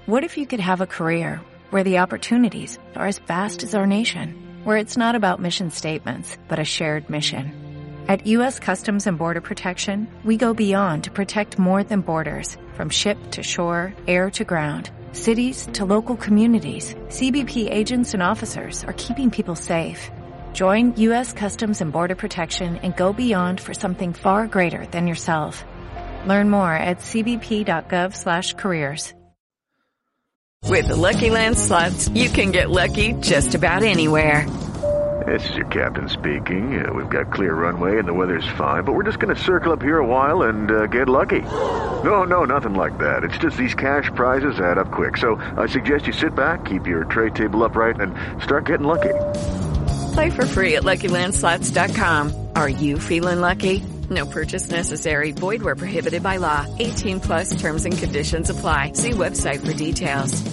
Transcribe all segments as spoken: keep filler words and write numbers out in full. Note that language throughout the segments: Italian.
What if you could have a career where the opportunities are as vast as our nation, where it's not about mission statements, but a shared mission? At U S Customs and Border Protection, we go beyond to protect more than borders. From ship to shore, air to ground, cities to local communities, C B P agents and officers are keeping people safe. Join U S Customs and Border Protection and go beyond for something far greater than yourself. Learn more at c b p dot gov slash careers. With the Lucky Land Slots, you can get lucky just about anywhere. This is your captain speaking. Uh, we've got clear runway and the weather's fine, but we're just going to circle up here a while and uh, get lucky. No, no, nothing like that. It's just these cash prizes add up quick. So I suggest you sit back, keep your tray table upright, and start getting lucky. Play for free at lucky land slots dot com. Are you feeling lucky? No purchase necessary. Void where prohibited by law. eighteen plus terms and conditions apply. See website for details.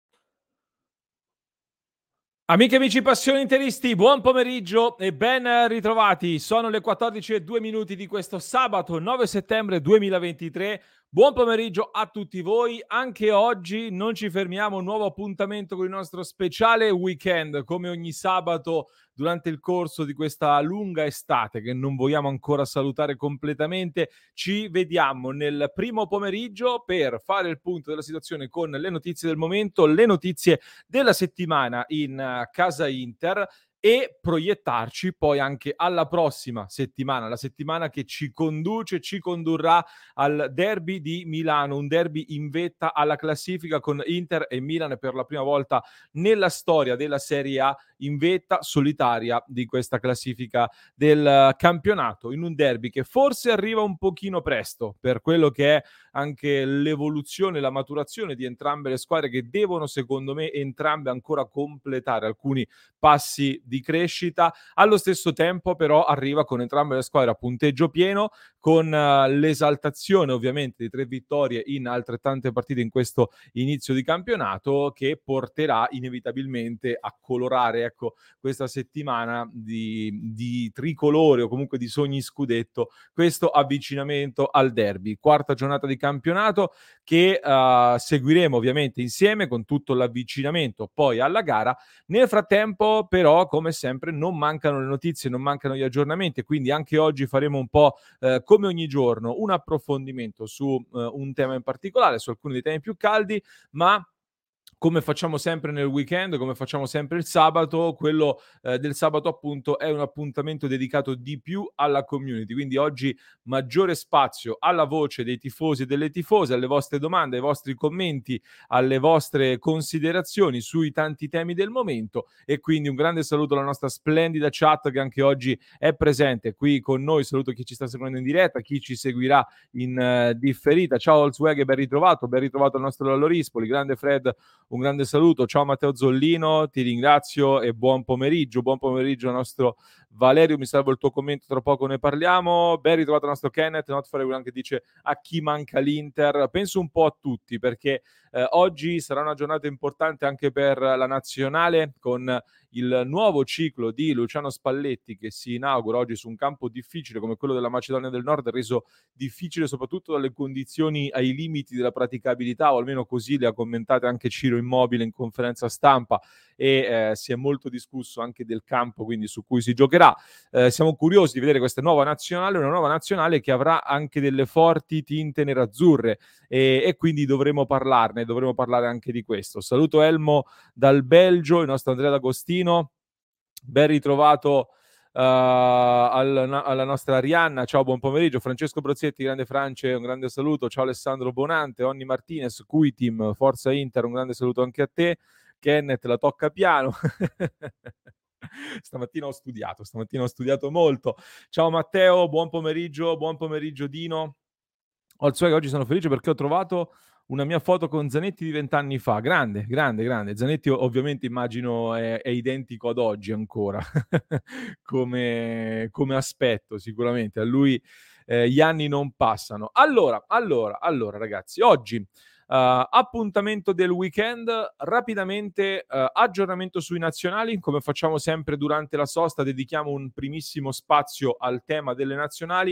Amiche, amici, passioni interisti, buon pomeriggio e ben ritrovati. Sono le quattordici e due minuti di questo sabato nove settembre duemilaventitré. Buon pomeriggio a tutti voi. Anche oggi non ci fermiamo, nuovo appuntamento con il nostro speciale weekend, come ogni sabato durante il corso di questa lunga estate che non vogliamo ancora salutare completamente. Ci vediamo nel primo pomeriggio per fare il punto della situazione con le notizie del momento, le notizie della settimana in uh, casa Inter, e proiettarci poi anche alla prossima settimana, la settimana che ci conduce, ci condurrà al derby di Milano, un derby in vetta alla classifica con Inter e Milan per la prima volta nella storia della Serie A in vetta solitaria di questa classifica del campionato, in un derby che forse arriva un pochino presto per quello che è anche l'evoluzione, la maturazione di entrambe le squadre, che devono secondo me entrambe ancora completare alcuni passi di crescita. Allo stesso tempo però arriva con entrambe le squadre a punteggio pieno, con uh, l'esaltazione ovviamente di tre vittorie in altrettante partite in questo inizio di campionato, che porterà inevitabilmente a colorare, ecco, questa settimana di, di tricolore o comunque di sogni scudetto, questo avvicinamento al derby. Quarta giornata di campionato che uh, seguiremo ovviamente insieme con tutto l'avvicinamento poi alla gara. Nel frattempo però, come sempre, non mancano le notizie, non mancano gli aggiornamenti, quindi anche oggi faremo un po' eh, come ogni giorno un approfondimento su eh, un tema in particolare, su alcuni dei temi più caldi, ma come facciamo sempre nel weekend, come facciamo sempre il sabato, quello eh, del sabato appunto è un appuntamento dedicato di più alla community, quindi oggi maggiore spazio alla voce dei tifosi e delle tifose, alle vostre domande, ai vostri commenti, alle vostre considerazioni sui tanti temi del momento, e quindi un grande saluto alla nostra splendida chat che anche oggi è presente qui con noi. Saluto chi ci sta seguendo in diretta, chi ci seguirà in uh, differita. Ciao Holzweg, ben ritrovato, ben ritrovato al nostro Lallorispoli, grande Fred, un grande saluto. Ciao Matteo Zollino, ti ringrazio e buon pomeriggio. Buon pomeriggio al nostro Valerio, mi salvo il tuo commento, tra poco ne parliamo. Ben ritrovato il nostro Kenneth, Not For Everyone, che dice a chi manca l'Inter. Penso un po' a tutti, perché eh, oggi sarà una giornata importante anche per la nazionale, con il nuovo ciclo di Luciano Spalletti che si inaugura oggi su un campo difficile come quello della Macedonia del Nord, reso difficile soprattutto dalle condizioni ai limiti della praticabilità, o almeno così le ha commentate anche Ciro Immobile in conferenza stampa, e eh, si è molto discusso anche del campo quindi su cui si giocherà. Eh, siamo curiosi di vedere questa nuova nazionale, una nuova nazionale che avrà anche delle forti tinte nerazzurre, e, e quindi dovremo parlarne, dovremo parlare anche di questo. Saluto Elmo dal Belgio, il nostro Andrea D'Agostino, ben ritrovato uh, alla, alla nostra Arianna, ciao, buon pomeriggio. Francesco Brozzetti, grande France, un grande saluto. Ciao Alessandro Bonante, Onni Martinez, Cuitim, Forza Inter, un grande saluto anche a te. Kenneth, la tocca piano. Stamattina ho studiato, stamattina ho studiato molto. Ciao Matteo, buon pomeriggio, buon pomeriggio Dino. Oltre che oggi sono felice perché ho trovato una mia foto con Zanetti di vent'anni fa. Grande, grande, grande. Zanetti ovviamente immagino è, è identico ad oggi ancora, come, come aspetto sicuramente. A lui eh, gli anni non passano. Allora, allora, allora ragazzi, oggi Uh, appuntamento del weekend, rapidamente uh, aggiornamento sui nazionali, come facciamo sempre durante la sosta dedichiamo un primissimo spazio al tema delle nazionali,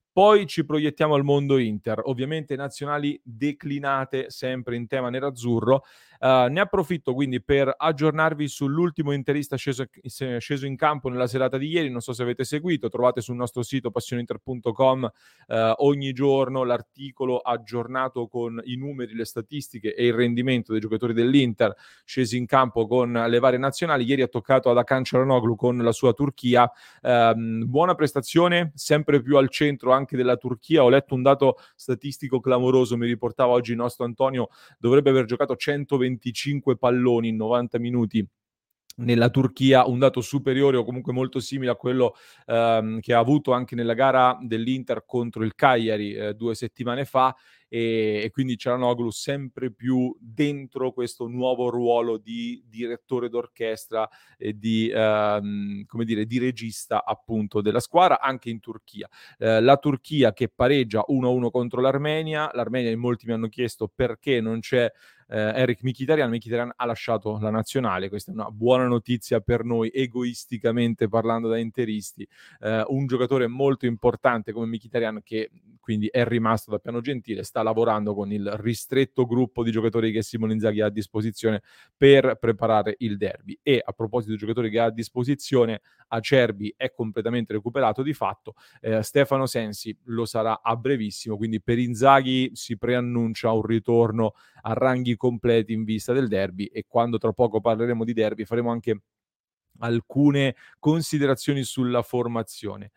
Poi ci proiettiamo al mondo Inter, ovviamente nazionali declinate sempre in tema nerazzurro. Uh, ne approfitto quindi per aggiornarvi sull'ultimo interista sceso, sceso in campo nella serata di ieri. Non so se avete seguito, trovate sul nostro sito passioninter punto com uh, ogni giorno l'articolo aggiornato con i numeri, le statistiche e il rendimento dei giocatori dell'Inter scesi in campo con le varie nazionali. Ieri ha toccato ad Hakan Çalhanoğlu con la sua Turchia. Um, buona prestazione, sempre più al centro anche della Turchia. Ho letto un dato statistico clamoroso, mi riportava oggi il nostro Antonio, dovrebbe aver giocato centoventicinque palloni in novanta minuti nella Turchia, un dato superiore o comunque molto simile a quello ehm, che ha avuto anche nella gara dell'Inter contro il Cagliari eh, due settimane fa, e, e quindi Çalhanoğlu sempre più dentro questo nuovo ruolo di direttore d'orchestra e di, ehm, come dire, di regista appunto della squadra anche in Turchia. Eh, la Turchia che pareggia uno a uno contro l'Armenia. L'Armenia, in molti mi hanno chiesto perché non c'è Eh, Eric Mkhitaryan. Mkhitaryan ha lasciato la nazionale, questa è una buona notizia per noi, egoisticamente parlando da interisti. Eh, un giocatore molto importante come Mkhitaryan, che quindi è rimasto da Piano Gentile, sta lavorando con il ristretto gruppo di giocatori che Simone Inzaghi ha a disposizione per preparare il derby. E a proposito di giocatori che ha a disposizione, Acerbi è completamente recuperato di fatto, eh, Stefano Sensi lo sarà a brevissimo, quindi per Inzaghi si preannuncia un ritorno a ranghi completi in vista del derby, e quando tra poco parleremo di derby faremo anche alcune considerazioni sulla formazione.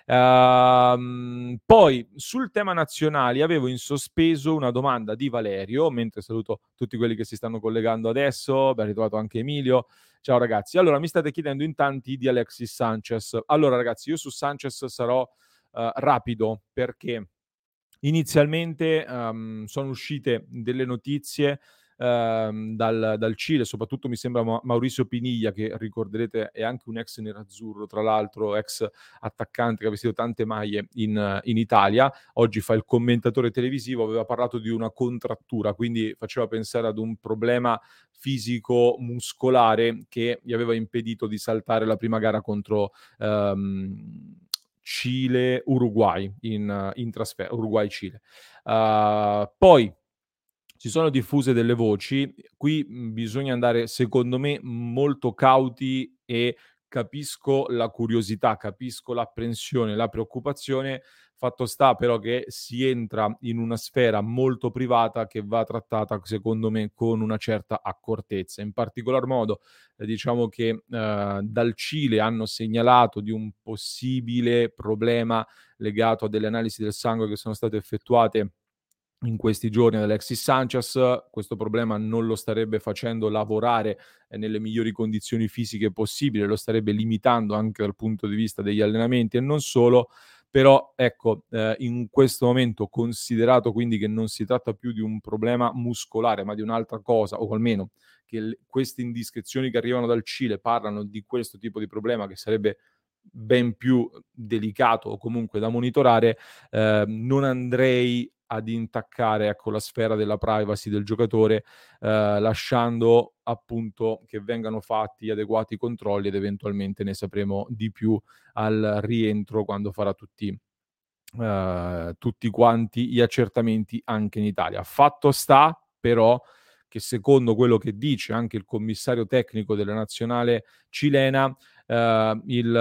Uh, poi sul tema nazionali avevo in sospeso una domanda di Valerio, mentre saluto tutti quelli che si stanno collegando adesso. Ben ritrovato anche Emilio. Ciao ragazzi. Allora, mi state chiedendo in tanti di Alexis Sanchez. Allora ragazzi, io su Sanchez sarò uh, rapido, perché inizialmente um, sono uscite delle notizie um, dal, dal Cile, soprattutto mi sembra Ma- Mauricio Piniglia, che ricorderete è anche un ex nerazzurro, tra l'altro ex attaccante che ha vestito tante maglie in, in Italia, oggi fa il commentatore televisivo, aveva parlato di una contrattura, quindi faceva pensare ad un problema fisico muscolare che gli aveva impedito di saltare la prima gara contro um, Cile-Uruguay in, in trasferta, Uruguay-Cile. Uh, poi si sono diffuse delle voci, qui mh, bisogna andare secondo me molto cauti, e capisco la curiosità, capisco l'apprensione, la preoccupazione. Fatto sta però che si entra in una sfera molto privata che va trattata secondo me con una certa accortezza. In particolar modo eh, diciamo che eh, dal Cile hanno segnalato di un possibile problema legato a delle analisi del sangue che sono state effettuate in questi giorni ad Alexis Sanchez. Questo problema non lo starebbe facendo lavorare eh, nelle migliori condizioni fisiche possibili, lo starebbe limitando anche dal punto di vista degli allenamenti e non solo. Però ecco, eh, in questo momento, considerato quindi che non si tratta più di un problema muscolare ma di un'altra cosa, o almeno che l- queste indiscrezioni che arrivano dal Cile parlano di questo tipo di problema che sarebbe ben più delicato o comunque da monitorare, eh, non andrei ad intaccare ecco, la sfera della privacy del giocatore, eh, lasciando appunto che vengano fatti adeguati controlli, ed eventualmente ne sapremo di più al rientro, quando farà tutti, eh, tutti quanti gli accertamenti anche in Italia. Fatto sta però che secondo quello che dice anche il commissario tecnico della nazionale cilena, Uh, il,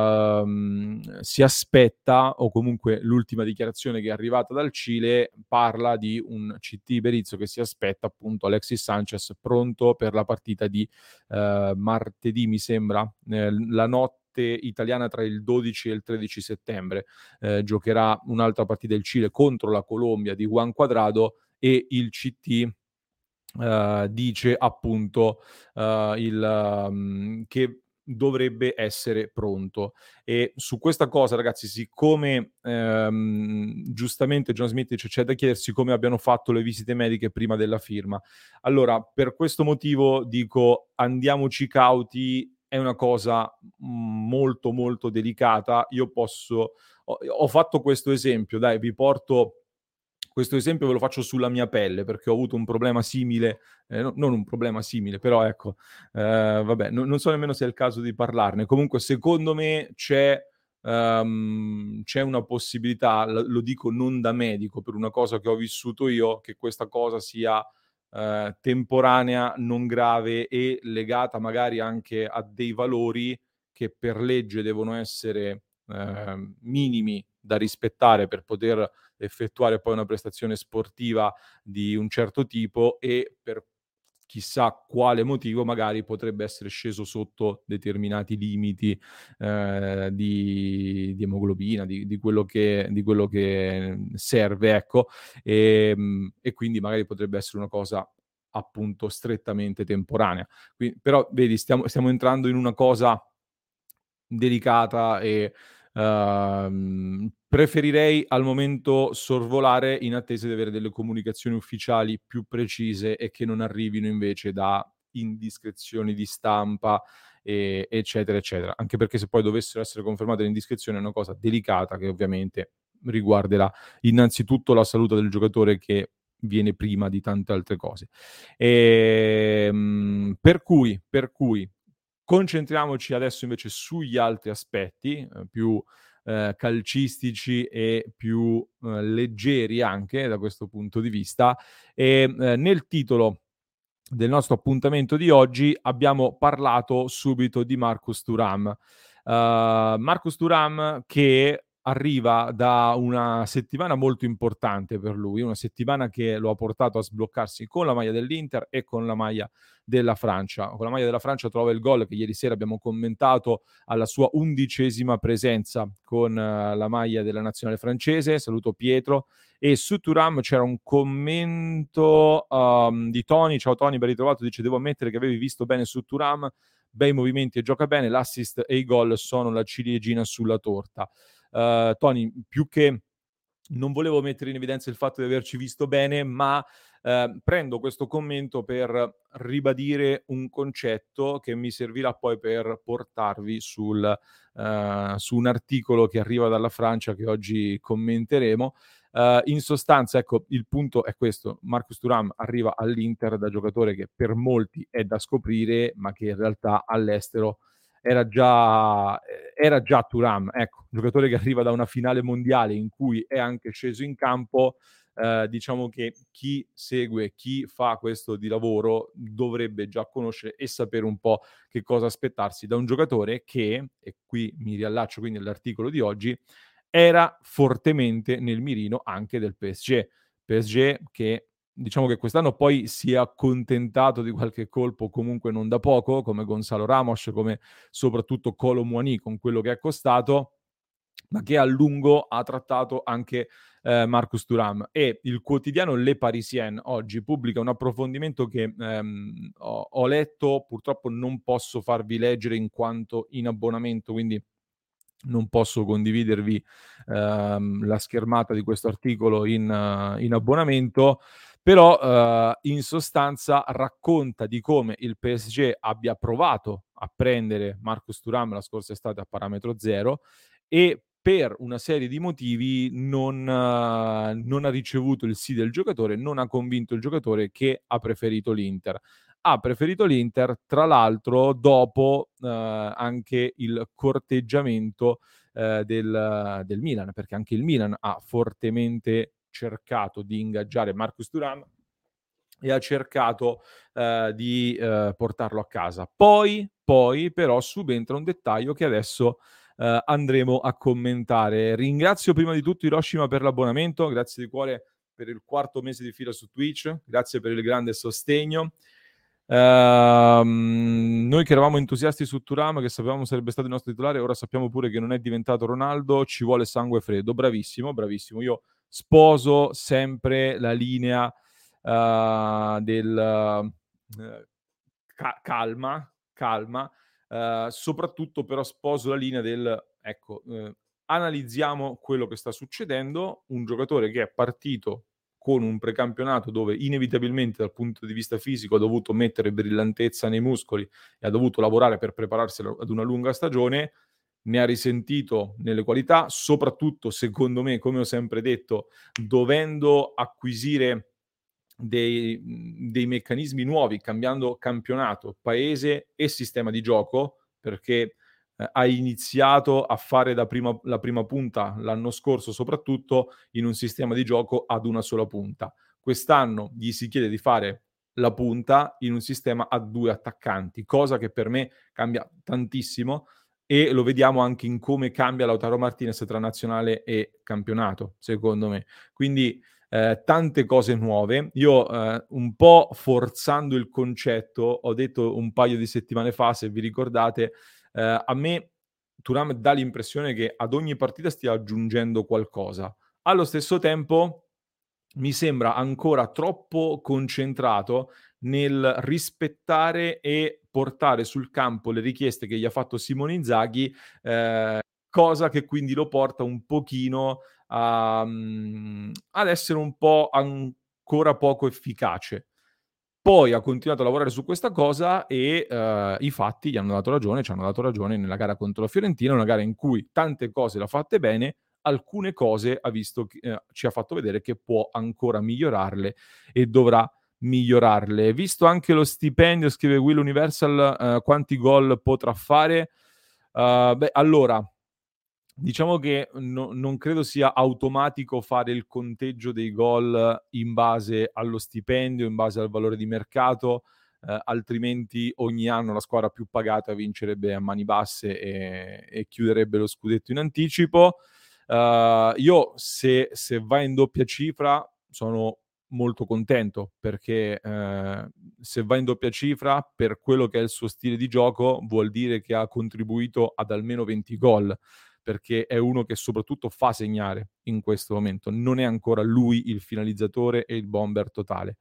uh, si aspetta, o comunque l'ultima dichiarazione che è arrivata dal Cile parla di un C T Berizzo che si aspetta appunto Alexis Sanchez pronto per la partita di uh, martedì, mi sembra, eh, la notte italiana tra il dodici e il tredici settembre. Eh, giocherà un'altra partita il Cile contro la Colombia di Juan Cuadrado, e il C T uh, dice appunto uh, il, um, che dovrebbe essere pronto. E su questa cosa, ragazzi, siccome ehm, giustamente John Smith dice c'è da chiedersi come abbiano fatto le visite mediche prima della firma. Allora, per questo motivo dico andiamoci cauti, è una cosa molto molto delicata. Io posso ho, ho fatto questo esempio, dai, vi porto questo esempio, ve lo faccio sulla mia pelle, perché ho avuto un problema simile, eh, no, non un problema simile, però ecco, eh, vabbè, no, non so nemmeno se è il caso di parlarne. Comunque, secondo me c'è um, c'è una possibilità, l- lo dico non da medico, per una cosa che ho vissuto io, che questa cosa sia uh, temporanea, non grave e legata magari anche a dei valori che per legge devono essere uh, minimi da rispettare per poter effettuare poi una prestazione sportiva di un certo tipo, e per chissà quale motivo magari potrebbe essere sceso sotto determinati limiti eh, di, di emoglobina, di, di, quello che, di quello che serve, ecco, e, e quindi magari potrebbe essere una cosa appunto strettamente temporanea. Quindi, però vedi, stiamo, stiamo entrando in una cosa delicata e uh, preferirei al momento sorvolare in attesa di avere delle comunicazioni ufficiali più precise e che non arrivino invece da indiscrezioni di stampa, e, eccetera, eccetera. Anche perché se poi dovessero essere confermate le indiscrezioni è una cosa delicata che ovviamente riguarderà innanzitutto la salute del giocatore, che viene prima di tante altre cose. E, um, per cui, per cui concentriamoci adesso invece sugli altri aspetti eh, più eh, calcistici e più eh, leggeri anche da questo punto di vista. E eh, nel titolo del nostro appuntamento di oggi abbiamo parlato subito di Marcus Thuram. Uh, Marcus Thuram che arriva da una settimana molto importante per lui, una settimana che lo ha portato a sbloccarsi con la maglia dell'Inter e con la maglia della Francia. Con la maglia della Francia trova il gol che ieri sera abbiamo commentato alla sua undicesima presenza con uh, la maglia della nazionale francese. Saluto Pietro. E su Thuram c'era un commento um, di Tony. Ciao Tony, ben ritrovato. Dice: devo ammettere che avevi visto bene su Thuram, bei movimenti e gioca bene, l'assist e i gol sono la ciliegina sulla torta. Uh, Tony, più che non volevo mettere in evidenza il fatto di averci visto bene, ma eh, prendo questo commento per ribadire un concetto che mi servirà poi per portarvi sul, eh, su un articolo che arriva dalla Francia che oggi commenteremo. Uh, in sostanza, ecco, il punto è questo: Marcus Thuram arriva all'Inter da giocatore che per molti è da scoprire, ma che in realtà all'estero era già, era già Thuram, ecco, un giocatore che arriva da una finale mondiale in cui è anche sceso in campo. Eh, diciamo che chi segue, chi fa questo di lavoro dovrebbe già conoscere e sapere un po' che cosa aspettarsi da un giocatore che, e qui mi riallaccio quindi all'articolo di oggi, era fortemente nel mirino anche del P S G. P S G che diciamo che quest'anno poi si è accontentato di qualche colpo comunque non da poco, come Gonzalo Ramos, come soprattutto Kolo Muani con quello che è costato, ma che a lungo ha trattato anche eh, Marcus Thuram. E il quotidiano Le Parisien oggi pubblica un approfondimento che ehm, ho, ho letto, purtroppo non posso farvi leggere in quanto in abbonamento, quindi non posso condividervi ehm, la schermata di questo articolo in, uh, in abbonamento, però uh, in sostanza racconta di come il P S G abbia provato a prendere Marcus Thuram la scorsa estate a parametro zero e per una serie di motivi non, uh, non ha ricevuto il sì del giocatore, non ha convinto il giocatore, che ha preferito l'Inter. Ha preferito l'Inter, tra l'altro, dopo eh, anche il corteggiamento eh, del, del Milan, perché anche il Milan ha fortemente cercato di ingaggiare Marcus Thuram e ha cercato eh, di eh, portarlo a casa. Poi, poi però subentra un dettaglio che adesso eh, andremo a commentare. Ringrazio prima di tutto Hiroshima per l'abbonamento, grazie di cuore per il quarto mese di fila su Twitch, grazie per il grande sostegno. Uh, noi che eravamo entusiasti su Thuram, che sapevamo sarebbe stato il nostro titolare, ora sappiamo pure che non è diventato Ronaldo, ci vuole sangue freddo. Bravissimo, bravissimo. Io sposo sempre la linea uh, del uh, ca- calma, calma, uh, soprattutto però sposo la linea del, ecco, uh, analizziamo quello che sta succedendo. Un giocatore che è partito con un precampionato dove inevitabilmente dal punto di vista fisico ha dovuto mettere brillantezza nei muscoli e ha dovuto lavorare per prepararsi ad una lunga stagione, ne ha risentito nelle qualità, soprattutto secondo me, come ho sempre detto, dovendo acquisire dei, dei meccanismi nuovi, cambiando campionato, paese e sistema di gioco, perché eh, ha iniziato a fare da prima, la prima punta l'anno scorso, soprattutto in un sistema di gioco ad una sola punta. Quest'anno gli si chiede di fare la punta in un sistema a due attaccanti, cosa che per me cambia tantissimo, e lo vediamo anche in come cambia Lautaro Martinez tra nazionale e campionato, secondo me. Quindi eh, tante cose nuove. Io eh, un po' forzando il concetto, ho detto un paio di settimane fa, se vi ricordate, eh, a me Thuram dà l'impressione che ad ogni partita stia aggiungendo qualcosa. Allo stesso tempo mi sembra ancora troppo concentrato nel rispettare e portare sul campo le richieste che gli ha fatto Simone Inzaghi, eh, cosa che quindi lo porta un pochino a, mm, ad essere un po' ancora poco efficace. Poi ha continuato a lavorare su questa cosa e eh, i fatti gli hanno dato ragione, ci hanno dato ragione nella gara contro la Fiorentina, una gara in cui tante cose le ha fatte bene, alcune cose ha visto, eh, ci ha fatto vedere che può ancora migliorarle e dovrà migliorarle. Visto anche lo stipendio, scrive Will Universal, eh, quanti gol potrà fare? Uh, beh, allora, diciamo che no, non credo sia automatico fare il conteggio dei gol in base allo stipendio, in base al valore di mercato, eh, altrimenti ogni anno la squadra più pagata vincerebbe a mani basse e, e chiuderebbe lo scudetto in anticipo. Uh, io se, se va in doppia cifra sono molto contento, perché eh, se va in doppia cifra per quello che è il suo stile di gioco vuol dire che ha contribuito ad almeno venti gol, perché è uno che soprattutto fa segnare in questo momento, non è ancora lui il finalizzatore e il bomber totale.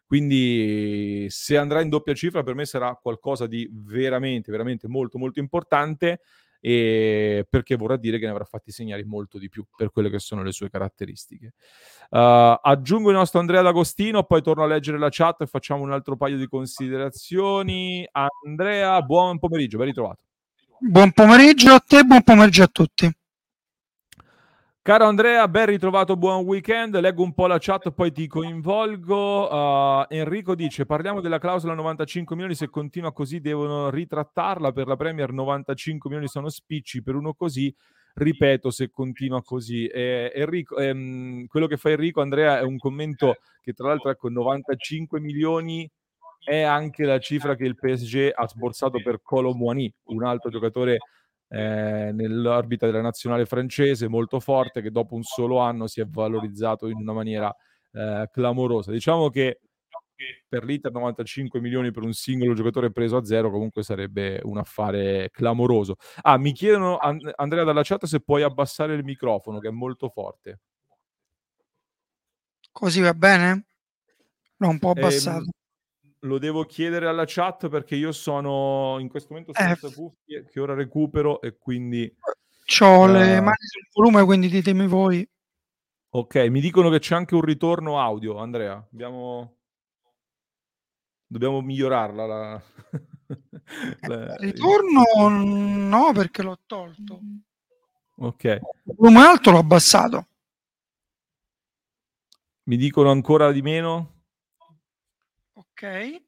Quindi se andrà in doppia cifra per me sarà qualcosa di veramente, veramente molto, molto importante, e perché vorrà dire che ne avrà fatti segnare molto di più per quelle che sono le sue caratteristiche. Uh, aggiungo il nostro Andrea D'Agostino, poi torno a leggere la chat e facciamo un altro paio di considerazioni. Andrea, buon pomeriggio, ben ritrovato. Buon pomeriggio a te, buon pomeriggio a tutti. Caro Andrea, ben ritrovato, buon weekend. Leggo un po' la chat, poi ti coinvolgo. Uh, Enrico dice, parliamo della clausola novantacinque milioni, se continua così devono ritrattarla per la Premier, novantacinque milioni sono spicci per uno così, ripeto, se continua così. Eh, Enrico, ehm, quello che fa Enrico, Andrea, è un commento che tra l'altro, ecco, novantacinque milioni è anche la cifra che il P S G ha sborsato per Kolo Muani, un altro giocatore Eh, nell'orbita della nazionale francese, molto forte, che dopo un solo anno si è valorizzato in una maniera eh, clamorosa. Diciamo che per l'Inter novantacinque milioni per un singolo giocatore preso a zero comunque sarebbe un affare clamoroso. Ah, mi chiedono, And- Andrea dalla chat, se puoi abbassare il microfono, che è molto forte. Così va bene? No, un po' abbassato. Eh, lo devo chiedere alla chat perché io sono in questo momento senza Eh, cuffie, che ora recupero, e quindi c'ho uh, le mani sul volume, quindi ditemi voi. ok, mi dicono che c'è anche un ritorno audio, Andrea. Abbiamo... Dobbiamo migliorarla. La... la... Ritorno no, perché l'ho tolto. Ok. Il volume alto l'ho abbassato. Mi dicono ancora di meno? Ok.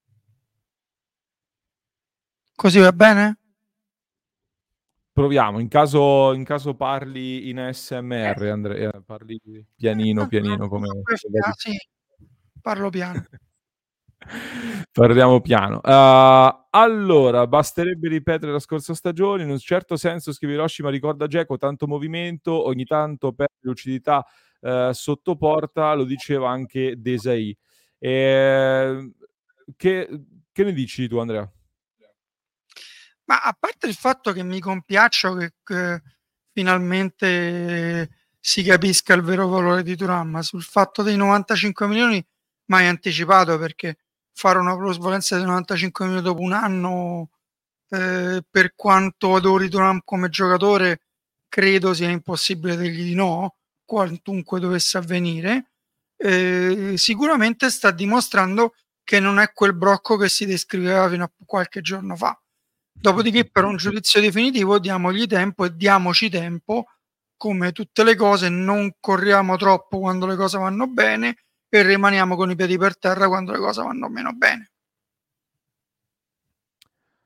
Così va bene? Proviamo. In caso, in caso parli in A S M R, Andrea, parli pianino, pianino, come... Sì, parlo piano. Parliamo piano. Uh, allora, basterebbe ripetere la scorsa stagione. In un certo senso, scrive Hiroshima, ricorda Dzeko, tanto movimento, ogni tanto perde lucidità uh, sotto porta, lo diceva anche Desai. Eh, che, che ne dici tu, Andrea? Ma a parte il fatto che mi compiaccio che, che finalmente si capisca il vero valore di Thuram, sul fatto dei novantacinque milioni mai anticipato, perché fare una plusvalenza di novantacinque milioni dopo un anno, eh, per quanto adori Thuram come giocatore, credo sia impossibile dirgli di no, quantunque dovesse avvenire. Eh, sicuramente sta dimostrando che non è quel Brocco che si descriveva fino a qualche giorno fa. Dopodiché, per un giudizio definitivo, diamogli tempo e diamoci tempo. Come tutte le cose, non corriamo troppo quando le cose vanno bene e rimaniamo con i piedi per terra quando le cose vanno meno bene.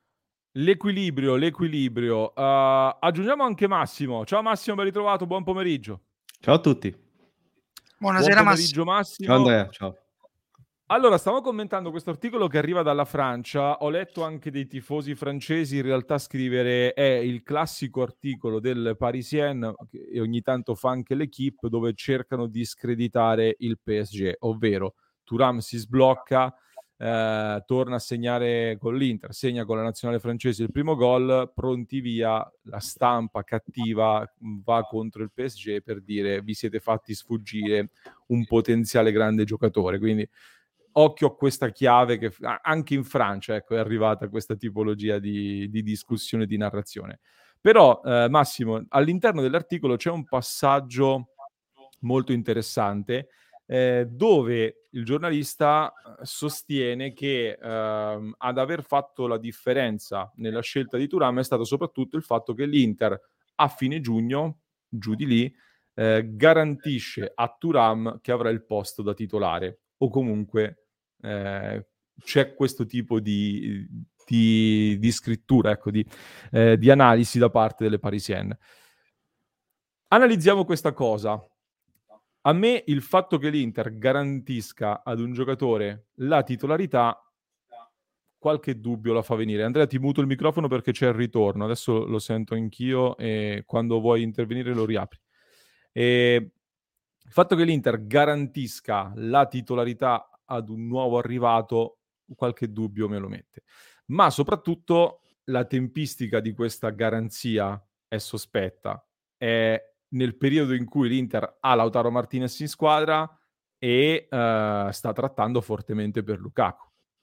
L'equilibrio, l'equilibrio. Uh, aggiungiamo anche Massimo. Ciao Massimo, ben ritrovato, buon pomeriggio. Ciao a tutti. Buonasera buon pomeriggio Massimo. Massimo. Ciao Andrea, ciao. Allora, stavo commentando questo articolo che arriva dalla Francia. Ho letto anche dei tifosi francesi in realtà scrivere è il classico articolo del Parisien, e ogni tanto fa anche l'Equipe, dove cercano di screditare il P S G, ovvero Thuram si sblocca, eh, torna a segnare con l'Inter, segna con la nazionale francese il primo gol, pronti via, la stampa cattiva va contro il P S G per dire vi siete fatti sfuggire un potenziale grande giocatore, quindi occhio a questa chiave che anche in Francia, ecco, è arrivata questa tipologia di, di discussione, di narrazione. Però, eh, Massimo, all'interno dell'articolo c'è un passaggio molto interessante eh, dove il giornalista sostiene che eh, ad aver fatto la differenza nella scelta di Thuram è stato soprattutto il fatto che l'Inter a fine giugno, giù di lì, eh, garantisce a Thuram che avrà il posto da titolare, o comunque eh, c'è questo tipo di, di, di scrittura, ecco, di, eh, di analisi da parte delle Parisienne. Analizziamo questa cosa. A me il fatto che l'Inter garantisca ad un giocatore la titolarità qualche dubbio la fa venire. Andrea, ti muto il microfono perché c'è il ritorno, adesso lo sento anch'io e quando vuoi intervenire lo riapri. E il fatto che l'Inter garantisca la titolarità ad un nuovo arrivato, qualche dubbio me lo mette. Ma soprattutto la tempistica di questa garanzia è sospetta. È nel periodo in cui l'Inter ha Lautaro Martinez in squadra e uh, sta trattando fortemente per Lukaku.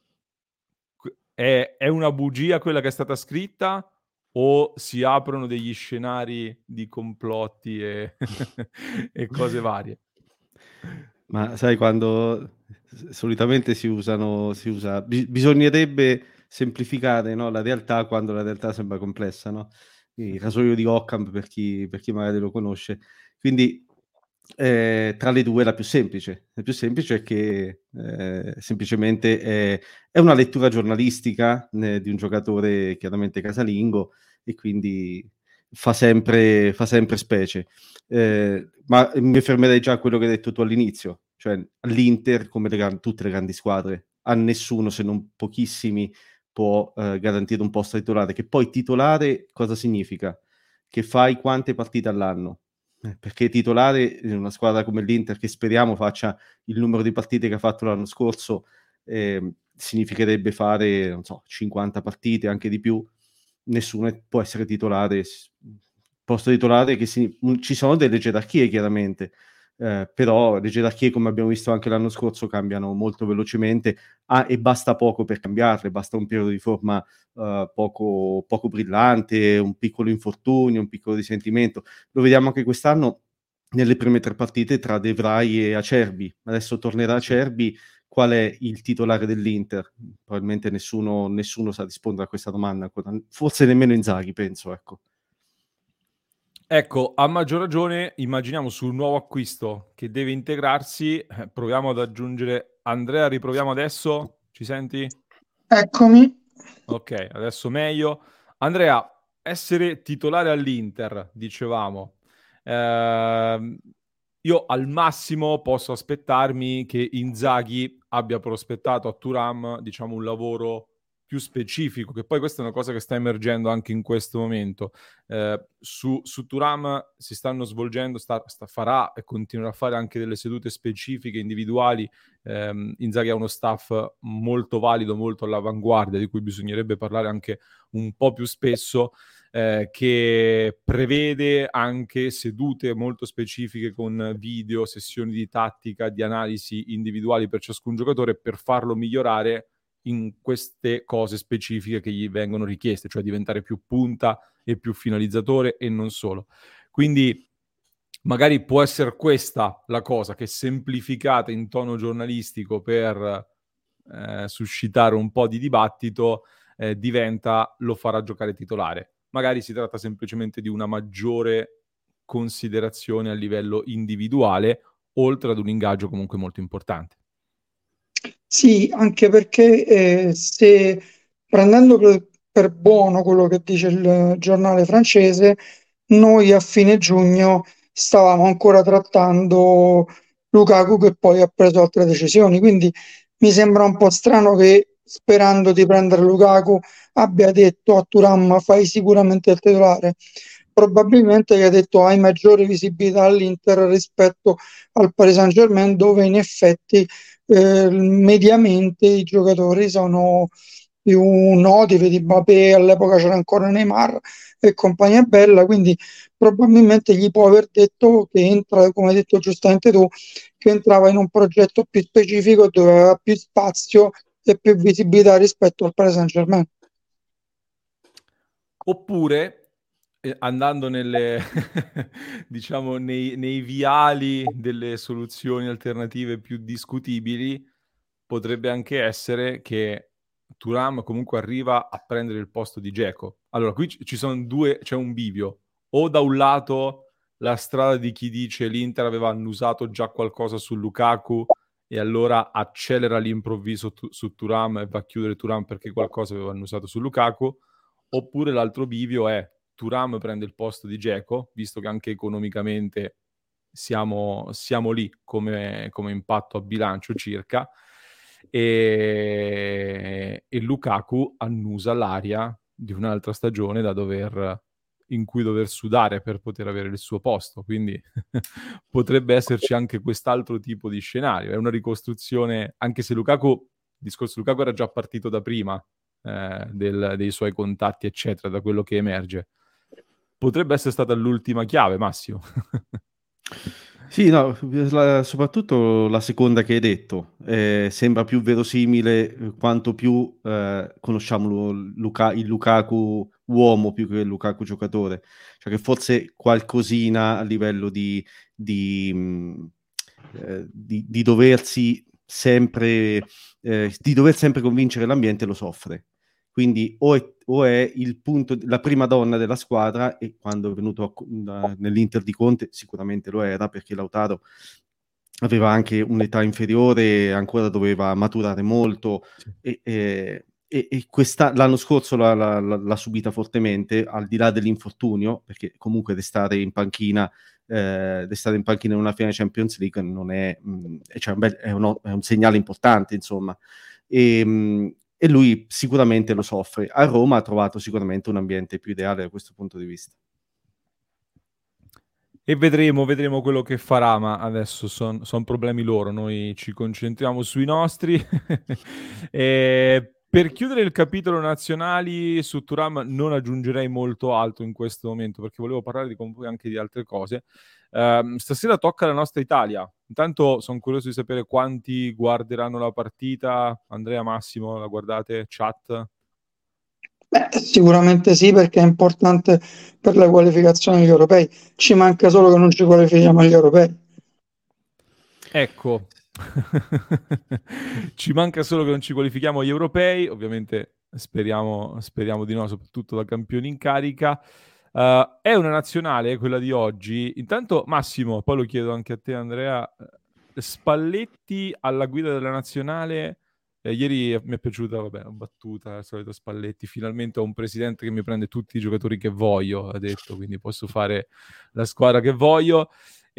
È, è una bugia quella che è stata scritta o si aprono degli scenari di complotti e, e cose varie? Ma sai, quando solitamente si usano, si usa, bi- bisognerebbe semplificare, no, la realtà quando la realtà sembra complessa, no? Il rasoio di Occam per chi, per chi magari lo conosce. Quindi eh, tra le due la più semplice. La più semplice è che eh, semplicemente è, è una lettura giornalistica eh, di un giocatore chiaramente casalingo e quindi fa sempre, fa sempre specie. Eh, ma mi fermerei già a quello che hai detto tu all'inizio, cioè l'Inter, come le, tutte le grandi squadre, a nessuno se non pochissimi può eh, garantire un posto titolare, che poi titolare cosa significa? Che fai quante partite all'anno? Eh, perché titolare in una squadra come l'Inter, che speriamo faccia il numero di partite che ha fatto l'anno scorso, eh, significherebbe fare, non so, cinquanta partite, anche di più. Nessuno può essere titolare, posto titolare, che si, ci sono delle gerarchie chiaramente, eh, però le gerarchie, come abbiamo visto anche l'anno scorso, cambiano molto velocemente ah, e basta poco per cambiarle, basta un periodo di forma uh, poco, poco brillante, un piccolo infortunio, un piccolo risentimento. Lo vediamo anche quest'anno nelle prime tre partite tra De Vrij e Acerbi. Adesso tornerà Acerbi. Qual è il titolare dell'Inter? Probabilmente nessuno, nessuno sa rispondere a questa domanda, forse nemmeno Inzaghi, penso, ecco. Ecco, a maggior ragione immaginiamo sul nuovo acquisto che deve integrarsi, eh, proviamo ad aggiungere Andrea, riproviamo adesso, ci senti? Eccomi. Ok, adesso meglio. Andrea, essere titolare all'Inter, dicevamo, eh, io al massimo posso aspettarmi che Inzaghi abbia prospettato a Thuram, diciamo, un lavoro più specifico, che poi questa è una cosa che sta emergendo anche in questo momento. Eh, su, su Thuram si stanno svolgendo, sta, sta, farà e continuerà a fare anche delle sedute specifiche, individuali. Eh, Inzaghi ha uno staff molto valido, molto all'avanguardia, di cui bisognerebbe parlare anche un po' più spesso, eh, che prevede anche sedute molto specifiche con video, sessioni di tattica, di analisi individuali per ciascun giocatore, per farlo migliorare in queste cose specifiche che gli vengono richieste, cioè diventare più punta e più finalizzatore e non solo. Quindi magari può essere questa la cosa che, semplificata in tono giornalistico per eh, suscitare un po' di dibattito, eh, diventa lo farà giocare titolare. Magari si tratta semplicemente di una maggiore considerazione a livello individuale, oltre ad un ingaggio comunque molto importante. Sì, anche perché eh, se prendendo per buono quello che dice il giornale francese, noi a fine giugno stavamo ancora trattando Lukaku che poi ha preso altre decisioni, quindi mi sembra un po' strano che sperando di prendere Lukaku abbia detto a Thuram fai sicuramente il titolare. Probabilmente gli ha detto hai maggiore visibilità all'Inter rispetto al Paris Saint-Germain, dove in effetti eh, mediamente i giocatori sono più noti, vedi Mbappé, all'epoca c'era ancora Neymar e compagnia bella, quindi probabilmente gli può aver detto che entra, come hai detto giustamente tu, che entrava in un progetto più specifico dove aveva più spazio e più visibilità rispetto al Paris Saint-Germain. Oppure, eh, andando nelle diciamo nei, nei viali delle soluzioni alternative più discutibili, potrebbe anche essere che Thuram comunque arriva a prendere il posto di Dzeko. Allora, qui ci ci sono due, c'è un bivio. O da un lato la strada di chi dice l'Inter aveva annusato già qualcosa su Lukaku e allora accelera all'improvviso tu- su Thuram e va a chiudere Thuram perché qualcosa aveva annusato su Lukaku, oppure l'altro bivio è Thuram prende il posto di Dzeko, visto che anche economicamente siamo, siamo lì come, come impatto a bilancio circa, e, e Lukaku annusa l'aria di un'altra stagione da dover, in cui dover sudare per poter avere il suo posto, quindi potrebbe esserci anche quest'altro tipo di scenario. È una ricostruzione, anche se Lukaku, il discorso Lukaku era già partito da prima eh, del, dei suoi contatti, eccetera, da quello che emerge. Potrebbe essere stata l'ultima chiave, Massimo. Sì, no, la- soprattutto la seconda che hai detto, eh, sembra più verosimile eh, quanto più eh, conosciamo Lu- Luka- il Lukaku uomo più che il Lukaku giocatore, cioè che forse qualcosina a livello di, di, mh, eh, di, di doversi sempre, eh, di dover sempre convincere l'ambiente lo soffre. Quindi o è, o è il punto, la prima donna della squadra, e quando è venuto a- da- nell'Inter di Conte sicuramente lo era, perché Lautaro aveva anche un'età inferiore, ancora doveva maturare molto, Sì. e, e, e, e questa, l'anno scorso l'ha, l'ha- l'ha subita fortemente, al di là dell'infortunio, perché comunque restare in panchina, eh, restare in panchina in una finale Champions League non è, mh, cioè un bel- è, uno- è un segnale importante, insomma. E, mh, e lui sicuramente lo soffre. A Roma ha trovato sicuramente un ambiente più ideale da questo punto di vista. E vedremo, vedremo quello che farà, ma adesso sono son problemi loro, noi ci concentriamo sui nostri. E per chiudere il capitolo nazionali su Thuram non aggiungerei molto altro in questo momento, perché volevo parlare di, con voi anche di altre cose. Ehm, stasera tocca la nostra Italia. Intanto sono curioso di sapere quanti guarderanno la partita. Andrea, Massimo, la guardate? Chat? Beh, sicuramente sì, perché è importante per la qualificazione agli europei. Ci manca solo che non ci qualifichiamo agli europei. Ecco, ci manca solo che non ci qualifichiamo agli europei, ovviamente speriamo, speriamo di no, soprattutto da campioni in carica. Uh, è una nazionale, quella di oggi. Intanto, Massimo, poi lo chiedo anche a te, Andrea, eh, Spalletti alla guida della nazionale. Eh, ieri mi è piaciuta, vabbè, una battuta, il solito Spalletti. Finalmente ho un presidente che mi prende tutti i giocatori che voglio, ha detto, quindi posso fare la squadra che voglio.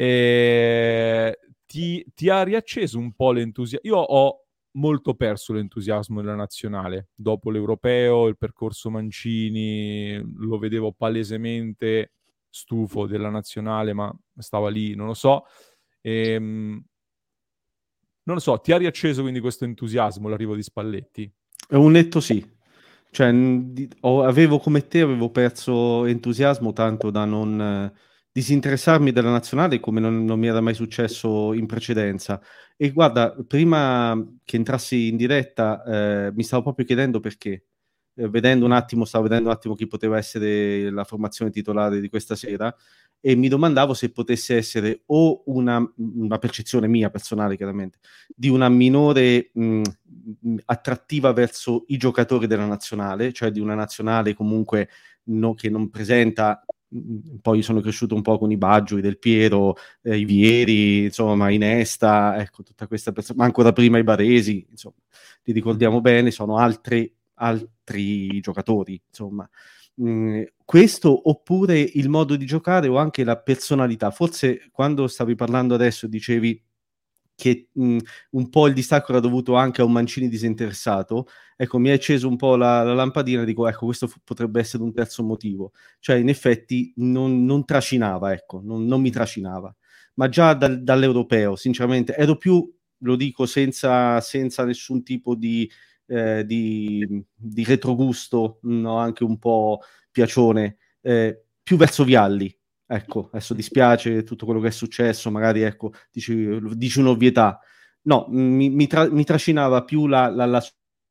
E ti, ti ha riacceso un po' l'entusiasmo. Io ho molto perso l'entusiasmo della nazionale dopo l'europeo, il percorso Mancini, lo vedevo palesemente stufo della nazionale, ma stava lì, non lo so. Ehm, non lo so, ti ha riacceso quindi questo entusiasmo l'arrivo di Spalletti? È un netto sì. Cioè, n- di- ho- avevo come te, avevo perso entusiasmo tanto da non eh, disinteressarmi della nazionale come non, non mi era mai successo in precedenza. E guarda, prima che entrassi in diretta, eh, mi stavo proprio chiedendo perché. Eh, vedendo un attimo, stavo vedendo un attimo chi poteva essere la formazione titolare di questa sera e mi domandavo se potesse essere o una, una percezione mia personale, chiaramente, di una minore mh, attrattiva verso i giocatori della nazionale, cioè di una nazionale comunque no, che non presenta, mh, poi sono cresciuto un po' con i Baggio, i Del Piero, eh, i Vieri, insomma, Inesta, ecco, tutta questa persona, ma ancora prima i Baresi, insomma, li ricordiamo bene, sono altre altri giocatori, insomma. Mm, questo oppure il modo di giocare o anche la personalità. Forse quando stavi parlando adesso dicevi che mh, un po' il distacco era dovuto anche a un Mancini disinteressato. Ecco, mi è acceso un po' la, la lampadina, dico, ecco, questo f- potrebbe essere un terzo motivo. Cioè, in effetti, non, non tracinava, ecco, non, non mi tracinava. Ma già dal, dall'europeo, sinceramente, ero più, lo dico senza, senza nessun tipo di, eh, di, di retrogusto, no? Anche un po' piacione, eh, più verso Vialli. Ecco, adesso dispiace tutto quello che è successo, magari ecco, dici, dici un'ovvietà. No, mi, mi, tra, mi trascinava più la, la, la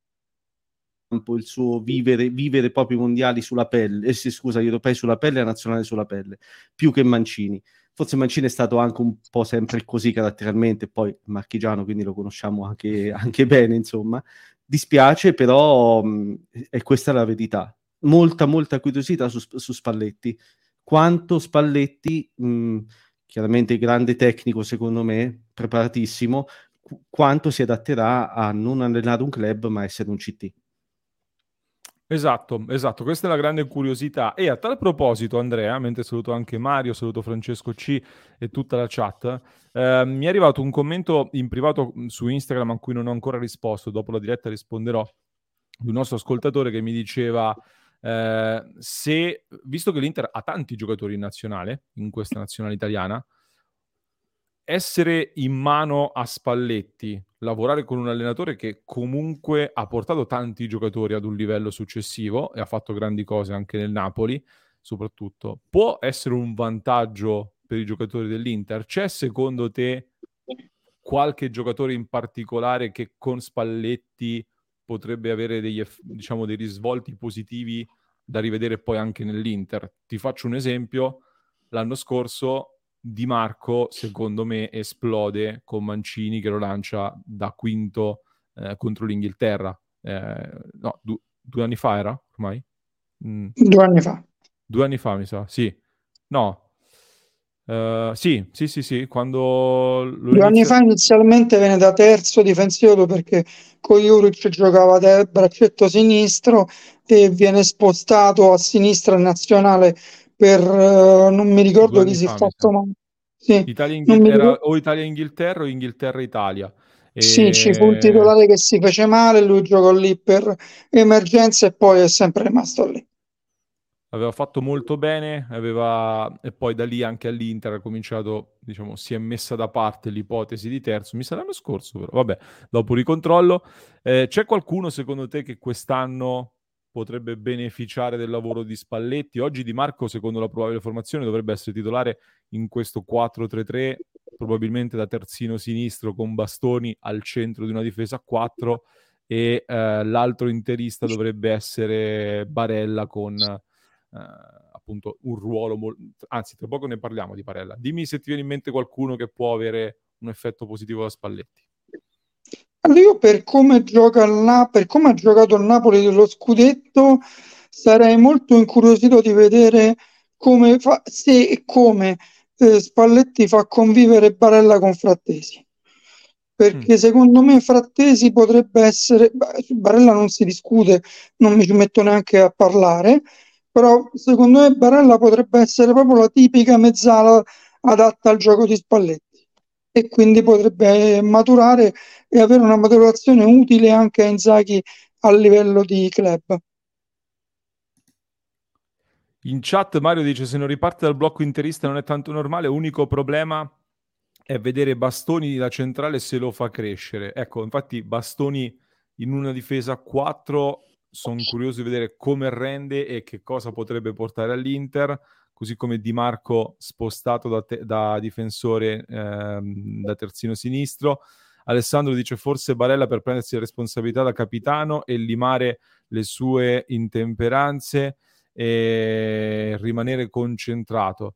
il suo vivere, vivere proprio i mondiali sulla pelle, eh, sì, scusa, gli europei sulla pelle e la nazionale sulla pelle, più che Mancini. Forse Mancini è stato anche un po' sempre così caratterialmente, poi marchigiano, quindi lo conosciamo anche, anche bene, insomma. Dispiace, però mh, è questa la verità. Molta, molta curiosità su, su Spalletti. Quanto Spalletti, mh, chiaramente grande tecnico secondo me, preparatissimo, qu- quanto si adatterà a non allenare un club ma essere un C T. Esatto, esatto, questa è la grande curiosità. E a tal proposito, Andrea, mentre saluto anche Mario, saluto Francesco C e tutta la chat, eh, mi è arrivato un commento in privato su Instagram a cui non ho ancora risposto, dopo la diretta risponderò, di un nostro ascoltatore che mi diceva eh, se, visto che l'Inter ha tanti giocatori in nazionale, in questa nazionale italiana, essere in mano a Spalletti, lavorare con un allenatore che comunque ha portato tanti giocatori ad un livello successivo e ha fatto grandi cose anche nel Napoli, soprattutto, può essere un vantaggio per i giocatori dell'Inter? C'è secondo te qualche giocatore in particolare che con Spalletti potrebbe avere degli, diciamo, dei risvolti positivi da rivedere poi anche nell'Inter? Ti faccio un esempio: l'anno scorso Di Marco, secondo me, esplode con Mancini che lo lancia da quinto eh, contro l'Inghilterra. Eh, no, du- due anni fa era ormai? Mm. Due anni fa. Due anni fa, mi sa, sì. No. Uh, sì, sì, sì, sì, quando lo Due anni inizia... fa inizialmente venne da terzo difensivo perché con Juric giocava da braccetto sinistro e viene spostato a sinistra in nazionale per uh, non mi ricordo Due chi anni si è fa, mi sa. fatto male. Sì, non mi Italia-Inghilterra, ricordo. o Italia-Inghilterra o Inghilterra-Italia. Sì, ci fu il E... titolare che si fece male, lui giocò lì per emergenza e poi è sempre rimasto lì. aveva fatto molto bene, aveva... e poi da lì anche all'Inter ha cominciato, diciamo, si è messa da parte l'ipotesi di terzo, mi sa l'anno scorso però, vabbè, dopo ricontrollo. Eh, c'è qualcuno secondo te che quest'anno potrebbe beneficiare del lavoro di Spalletti? Oggi Di Marco, secondo la probabile formazione, dovrebbe essere titolare in questo quattro tre tre, probabilmente da terzino sinistro con Bastoni al centro di una difesa a quattro, e eh, l'altro interista dovrebbe essere Barella con Uh, appunto un ruolo mol- anzi tra poco ne parliamo di Barella. Dimmi se ti viene in mente qualcuno che può avere un effetto positivo da Spalletti. Allora, io per come gioca il Na- per come ha giocato il Napoli dello scudetto sarei molto incuriosito di vedere come fa, se e come eh, Spalletti fa convivere Barella con Frattesi, Mm. perché secondo me Frattesi potrebbe essere, beh, su Barella non si discute, non mi ci metto neanche a parlare, però secondo me Barella potrebbe essere proprio la tipica mezzala adatta al gioco di Spalletti e quindi potrebbe maturare e avere una maturazione utile anche a Inzaghi a livello di club. In chat Mario dice: se non riparte dal blocco interista non è tanto normale, unico problema è vedere Bastoni da centrale se lo fa crescere. Ecco, infatti Bastoni in una difesa a quattro sono curioso di vedere come rende e che cosa potrebbe portare all'Inter, così come Di Marco spostato da, te- da difensore ehm, da terzino sinistro. Alessandro dice forse Barella per prendersi la responsabilità da capitano e limare le sue intemperanze e rimanere concentrato.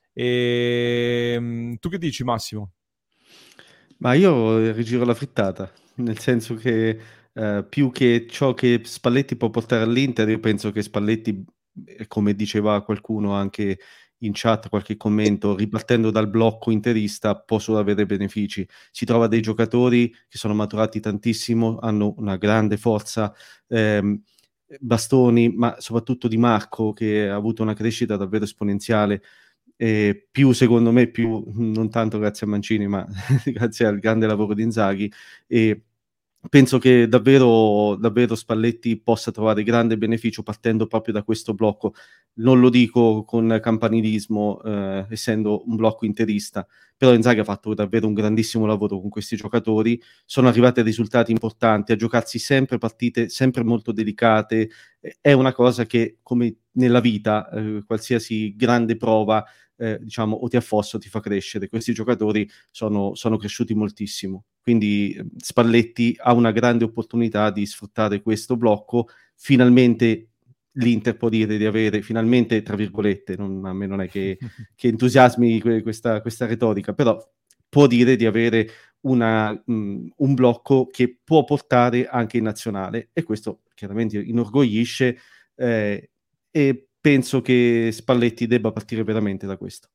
E tu che dici, Massimo? Ma io rigiro la frittata, nel senso che eh, più che ciò che Spalletti può portare all'Inter, io penso che Spalletti, eh, come diceva qualcuno anche in chat, qualche commento, ripartendo dal blocco interista può solo avere benefici. Si trova dei giocatori che sono maturati tantissimo, hanno una grande forza, ehm, Bastoni, ma soprattutto Di Marco, che ha avuto una crescita davvero esponenziale, eh, più secondo me, più non tanto grazie a Mancini, ma grazie al grande lavoro di Inzaghi, e penso che davvero, davvero Spalletti possa trovare grande beneficio partendo proprio da questo blocco. Non lo dico con campanilismo, eh, essendo un blocco interista, però Inzaghi ha fatto davvero un grandissimo lavoro con questi giocatori, sono arrivati a risultati importanti, a giocarsi sempre partite sempre molto delicate. È una cosa che, come nella vita, eh, qualsiasi grande prova, eh, diciamo, o ti affossa o ti fa crescere. Questi giocatori sono, sono cresciuti moltissimo, quindi Spalletti ha una grande opportunità di sfruttare questo blocco. Finalmente l'Inter può dire di avere, finalmente tra virgolette, non, a me non è che, che entusiasmi que- questa, questa retorica, però può dire di avere una, mh, un blocco che può portare anche in nazionale, e questo chiaramente inorgoglisce, eh, e penso che Spalletti debba partire veramente da questo.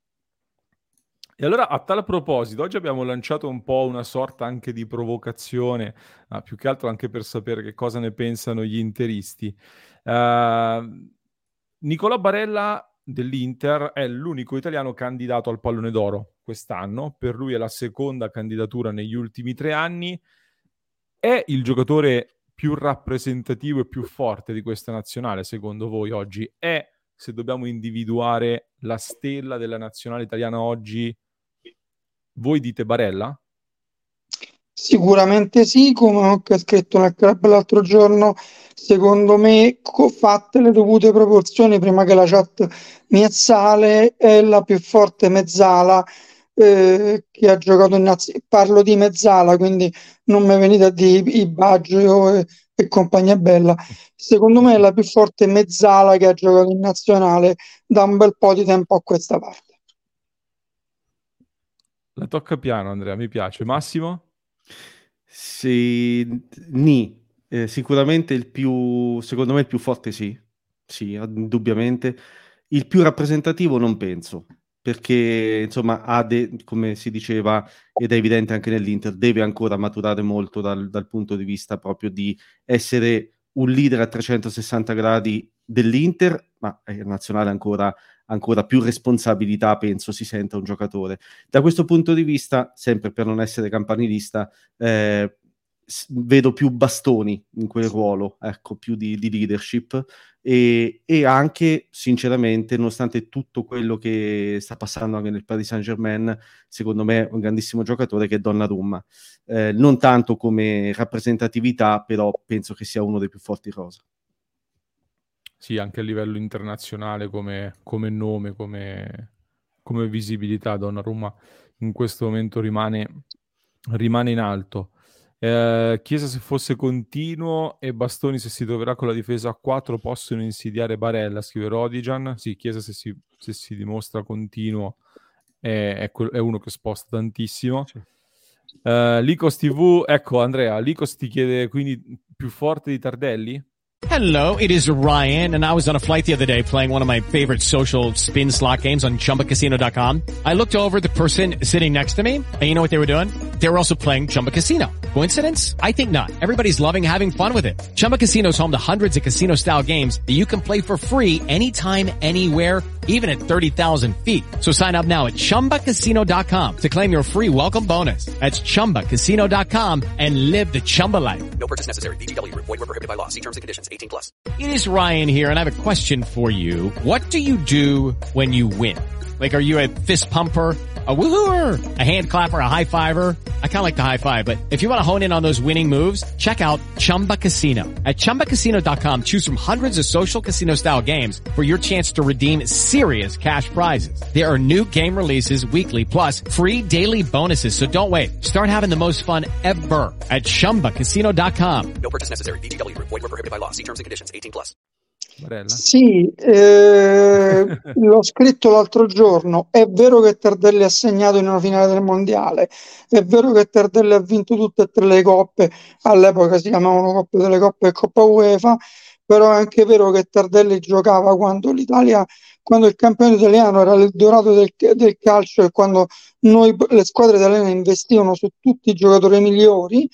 E allora, a tal proposito, oggi abbiamo lanciato un po' una sorta anche di provocazione, ma più che altro anche per sapere che cosa ne pensano gli interisti. Uh, Nicolò Barella dell'Inter è l'unico italiano candidato al Pallone d'Oro quest'anno, per lui è la seconda candidatura negli ultimi tre anni, è il giocatore più rappresentativo e più forte di questa nazionale, secondo voi oggi? È, se dobbiamo individuare la stella della nazionale italiana oggi, voi dite Barella? Sicuramente sì, come ho scritto nel club l'altro giorno, secondo me, fatte le dovute proporzioni, prima che la chat mi assale, è la più forte mezzala eh, che ha giocato in nazionale. Parlo di mezzala, quindi non mi venite a dire i Baggio e, e compagnia bella. Secondo me è la più forte mezzala che ha giocato in nazionale da un bel po' di tempo a questa parte. La tocca piano, Andrea, mi piace. Massimo? Sì, ni. Eh, sicuramente il più, secondo me il più forte sì, sì, indubbiamente. Il più rappresentativo non penso, perché insomma ha de- come si diceva, ed è evidente anche nell'Inter, deve ancora maturare molto dal, dal punto di vista proprio di essere un leader a trecentosessanta gradi dell'Inter, ma è nazionale ancora, ancora più responsabilità, penso, si senta un giocatore. Da questo punto di vista, sempre per non essere campanilista, eh, vedo più Bastoni in quel ruolo, ecco, più di, di leadership, e, e anche, sinceramente, nonostante tutto quello che sta passando anche nel Paris Saint-Germain, secondo me è un grandissimo giocatore che è Donnarumma. Eh, non tanto come rappresentatività, però penso che sia uno dei più forti rosa. Sì, anche a livello internazionale come, come nome, come, come visibilità, Donnarumma in questo momento rimane, rimane in alto. Eh, Chiesa se fosse continuo e Bastoni se si troverà con la difesa a quattro possono insidiare Barella, scrive Rodigan. Sì, Chiesa se si, se si dimostra continuo è, è, que- è uno che sposta tantissimo. Sì. Uh, Licos T V, ecco Andrea, Licos ti chiede quindi più forte di Tardelli? Hello, it is Ryan, and I was on a flight the other day playing one of my favorite social spin slot games on Chumba Casino dot com. I looked over at the person sitting next to me, and you know what they were doing? They were also playing Chumba Casino. Coincidence? I think not. Everybody's loving having fun with it. Chumba Casino is home to hundreds of casino-style games that you can play for free anytime, anywhere, even at thirty thousand feet. So sign up now at Chumba Casino dot com to claim your free welcome bonus. That's Chumba Casino dot com and live the Chumba life. No purchase necessary. V G W. Void where prohibited by law. See terms and conditions. eighteen plus. It is Ryan here, and I have a question for you. What do you do when you win? Like, are you a fist pumper, a woohooer, a hand clapper, a high fiver? I kind of like the high five, but if you want to hone in on those winning moves, check out Chumba Casino. At Chumba Casino dot com, choose from hundreds of social casino-style games for your chance to redeem serious cash prizes. There are new game releases weekly, plus free daily bonuses, so don't wait. Start having the most fun ever at Chumba Casino dot com. No purchase necessary. V G W. Void where prohibited by law. See terms and conditions. eighteen plus. Barella. Sì, eh, l'ho scritto l'altro giorno. È vero che Tardelli ha segnato in una finale del mondiale, è vero che Tardelli ha vinto tutte e tre le coppe, all'epoca si chiamavano Coppe delle Coppe e Coppa UEFA, però è anche vero che Tardelli giocava quando l'Italia, quando il campionato italiano era l'Eldorado del, del calcio, e quando noi, le squadre italiane, investivano su tutti i giocatori migliori,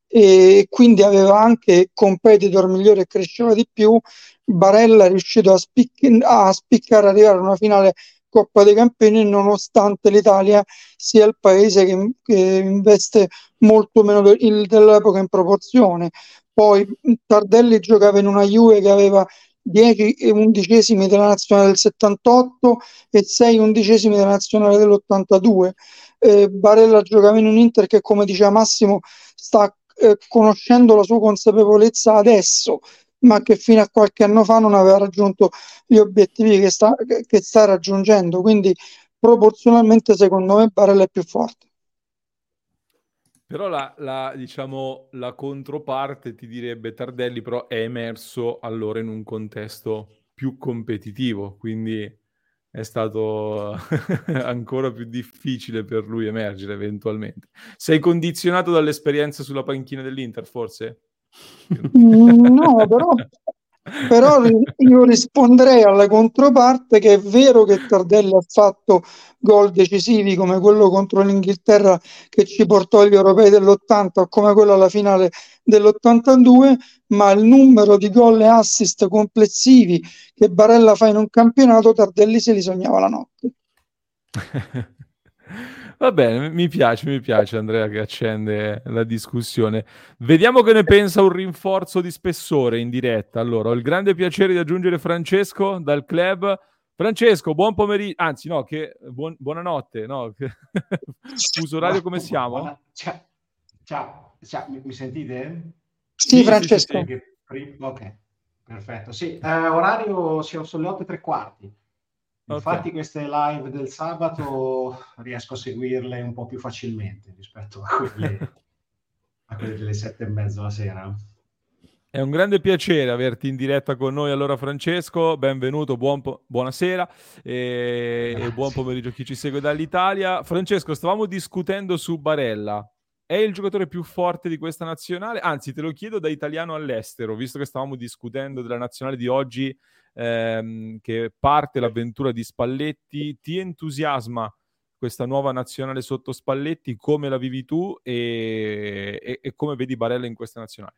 e quindi aveva anche competitor migliore e cresceva di più. Barella è riuscito a, spic- a spiccare, arrivare a una finale Coppa dei Campioni, nonostante l'Italia sia il paese che, che investe molto meno de- il- dell'epoca in proporzione. Poi Tardelli giocava in una Juve che aveva dieci undicesimi della nazionale del settantotto e sei undicesimi della nazionale dell'ottantadue. Eh, Barella giocava in un Inter che, come diceva Massimo, sta eh, conoscendo la sua consapevolezza adesso, ma che fino a qualche anno fa non aveva raggiunto gli obiettivi che sta, che sta raggiungendo. Quindi proporzionalmente secondo me Barella è più forte. Però la, la, diciamo, la controparte ti direbbe Tardelli però è emerso allora in un contesto più competitivo, quindi è stato ancora più difficile per lui emergere eventualmente. Sei condizionato dall'esperienza sulla panchina dell'Inter, forse? No, però, però io risponderei alla controparte che è vero che Tardelli ha fatto gol decisivi come quello contro l'Inghilterra che ci portò agli europei dell'ottanta o come quello alla finale dell'ottantadue, ma il numero di gol e assist complessivi che Barella fa in un campionato, Tardelli se li sognava la notte. Va bene, mi piace, mi piace Andrea che accende la discussione. Vediamo che ne pensa un rinforzo di spessore in diretta. Allora, ho il grande piacere di aggiungere Francesco dal club. Francesco, buon pomeriggio, anzi no, che buon, buonanotte, no? Fuso orario come siamo? Buona... Ciao, ciao. Ciao. Mi, mi sentite? Sì, sì Francesco. Sì, sì, sì. Ok, perfetto. Sì, eh, orario siamo sulle otto e tre quarti. Infatti okay. Queste live del sabato riesco a seguirle un po' più facilmente rispetto a quelle, a quelle delle sette e mezza la sera. È un grande piacere averti in diretta con noi. Allora Francesco, benvenuto, buon po- buonasera e, e buon pomeriggio a chi ci segue dall'Italia. Francesco, stavamo discutendo su Barella. È il giocatore più forte di questa nazionale? Anzi, te lo chiedo da italiano all'estero, visto che stavamo discutendo della nazionale di oggi, ehm, che parte l'avventura di Spalletti. Ti entusiasma questa nuova nazionale sotto Spalletti? Come la vivi tu e, e, e come vedi Barella in questa nazionale?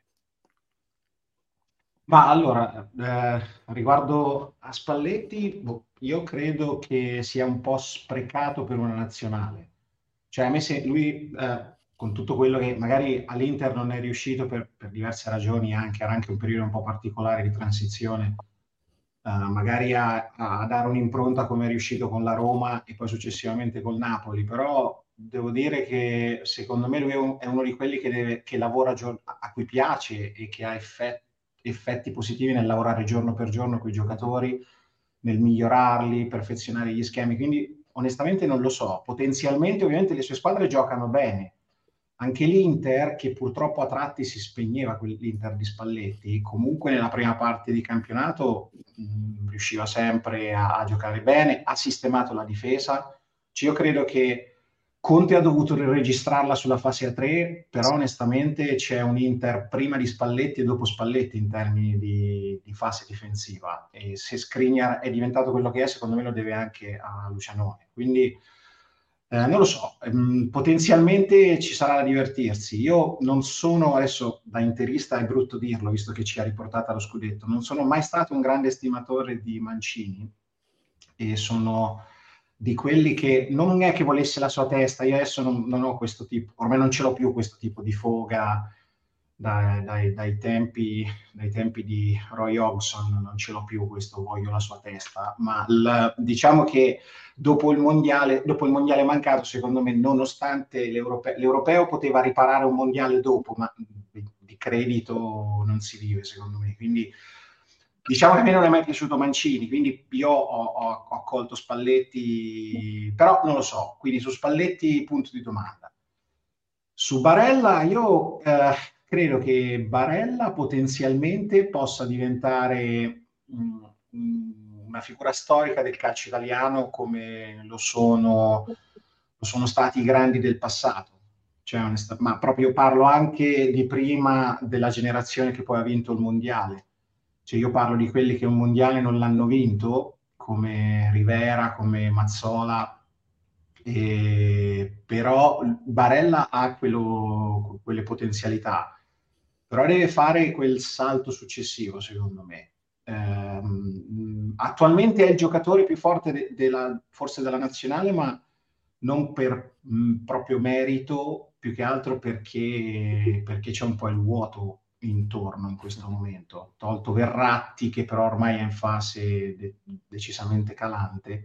Ma allora, eh, riguardo a Spalletti, boh, io credo che sia un po' sprecato per una nazionale. Cioè, a me se lui, eh, con tutto quello che magari all'Inter non è riuscito per, per diverse ragioni, anche, era anche un periodo un po' particolare di transizione, eh, magari a, a dare un'impronta come è riuscito con la Roma e poi successivamente col Napoli, però devo dire che secondo me lui è, un, è uno di quelli che, deve, che lavora a cui piace e che ha effetti effetti positivi nel lavorare giorno per giorno con i giocatori, nel migliorarli, perfezionare gli schemi. Quindi onestamente non lo so. Potenzialmente ovviamente le sue squadre giocano bene. Anche l'Inter, che purtroppo a tratti si spegneva, l'Inter di Spalletti, comunque nella prima parte di campionato mh, riusciva sempre a, a giocare bene, ha sistemato la difesa. Cioè, io credo che Conte ha dovuto registrarla sulla fase a tre, però onestamente c'è un Inter prima di Spalletti e dopo Spalletti in termini di, di fase difensiva, e se Skriniar è diventato quello che è, secondo me lo deve anche a Lucianone. Quindi eh, non lo so, ehm, potenzialmente ci sarà da divertirsi. Io non sono, adesso da interista è brutto dirlo, visto che ci ha riportato allo scudetto, non sono mai stato un grande estimatore di Mancini e sono di quelli che non è che volesse la sua testa. Io adesso non, non ho questo tipo, ormai non ce l'ho più questo tipo di foga dai, dai, dai, tempi, dai tempi di Roy Hodgson, non ce l'ho più questo voglio la sua testa, ma il, diciamo che dopo il mondiale dopo il mondiale mancato, secondo me, nonostante l'europeo, l'europeo poteva riparare un mondiale dopo, ma di, di credito non si vive secondo me, quindi diciamo che a me non è mai piaciuto Mancini, quindi io ho, ho, ho accolto Spalletti, però non lo so, quindi su Spalletti punto di domanda. Su Barella io eh, credo che Barella potenzialmente possa diventare mh, una figura storica del calcio italiano come lo sono, lo sono stati i grandi del passato. Cioè, onest- ma proprio parlo anche di prima della generazione che poi ha vinto il mondiale. Cioè, io parlo di quelli che un mondiale non l'hanno vinto, come Rivera, come Mazzola, e però Barella ha quello, quelle potenzialità. però deve fare quel salto successivo, secondo me. Um, attualmente è il giocatore più forte de- della, forse della nazionale, ma non per mh, proprio merito, più che altro perché, perché c'è un po' il vuoto intorno in questo momento, tolto Verratti che però ormai è in fase de- decisamente calante.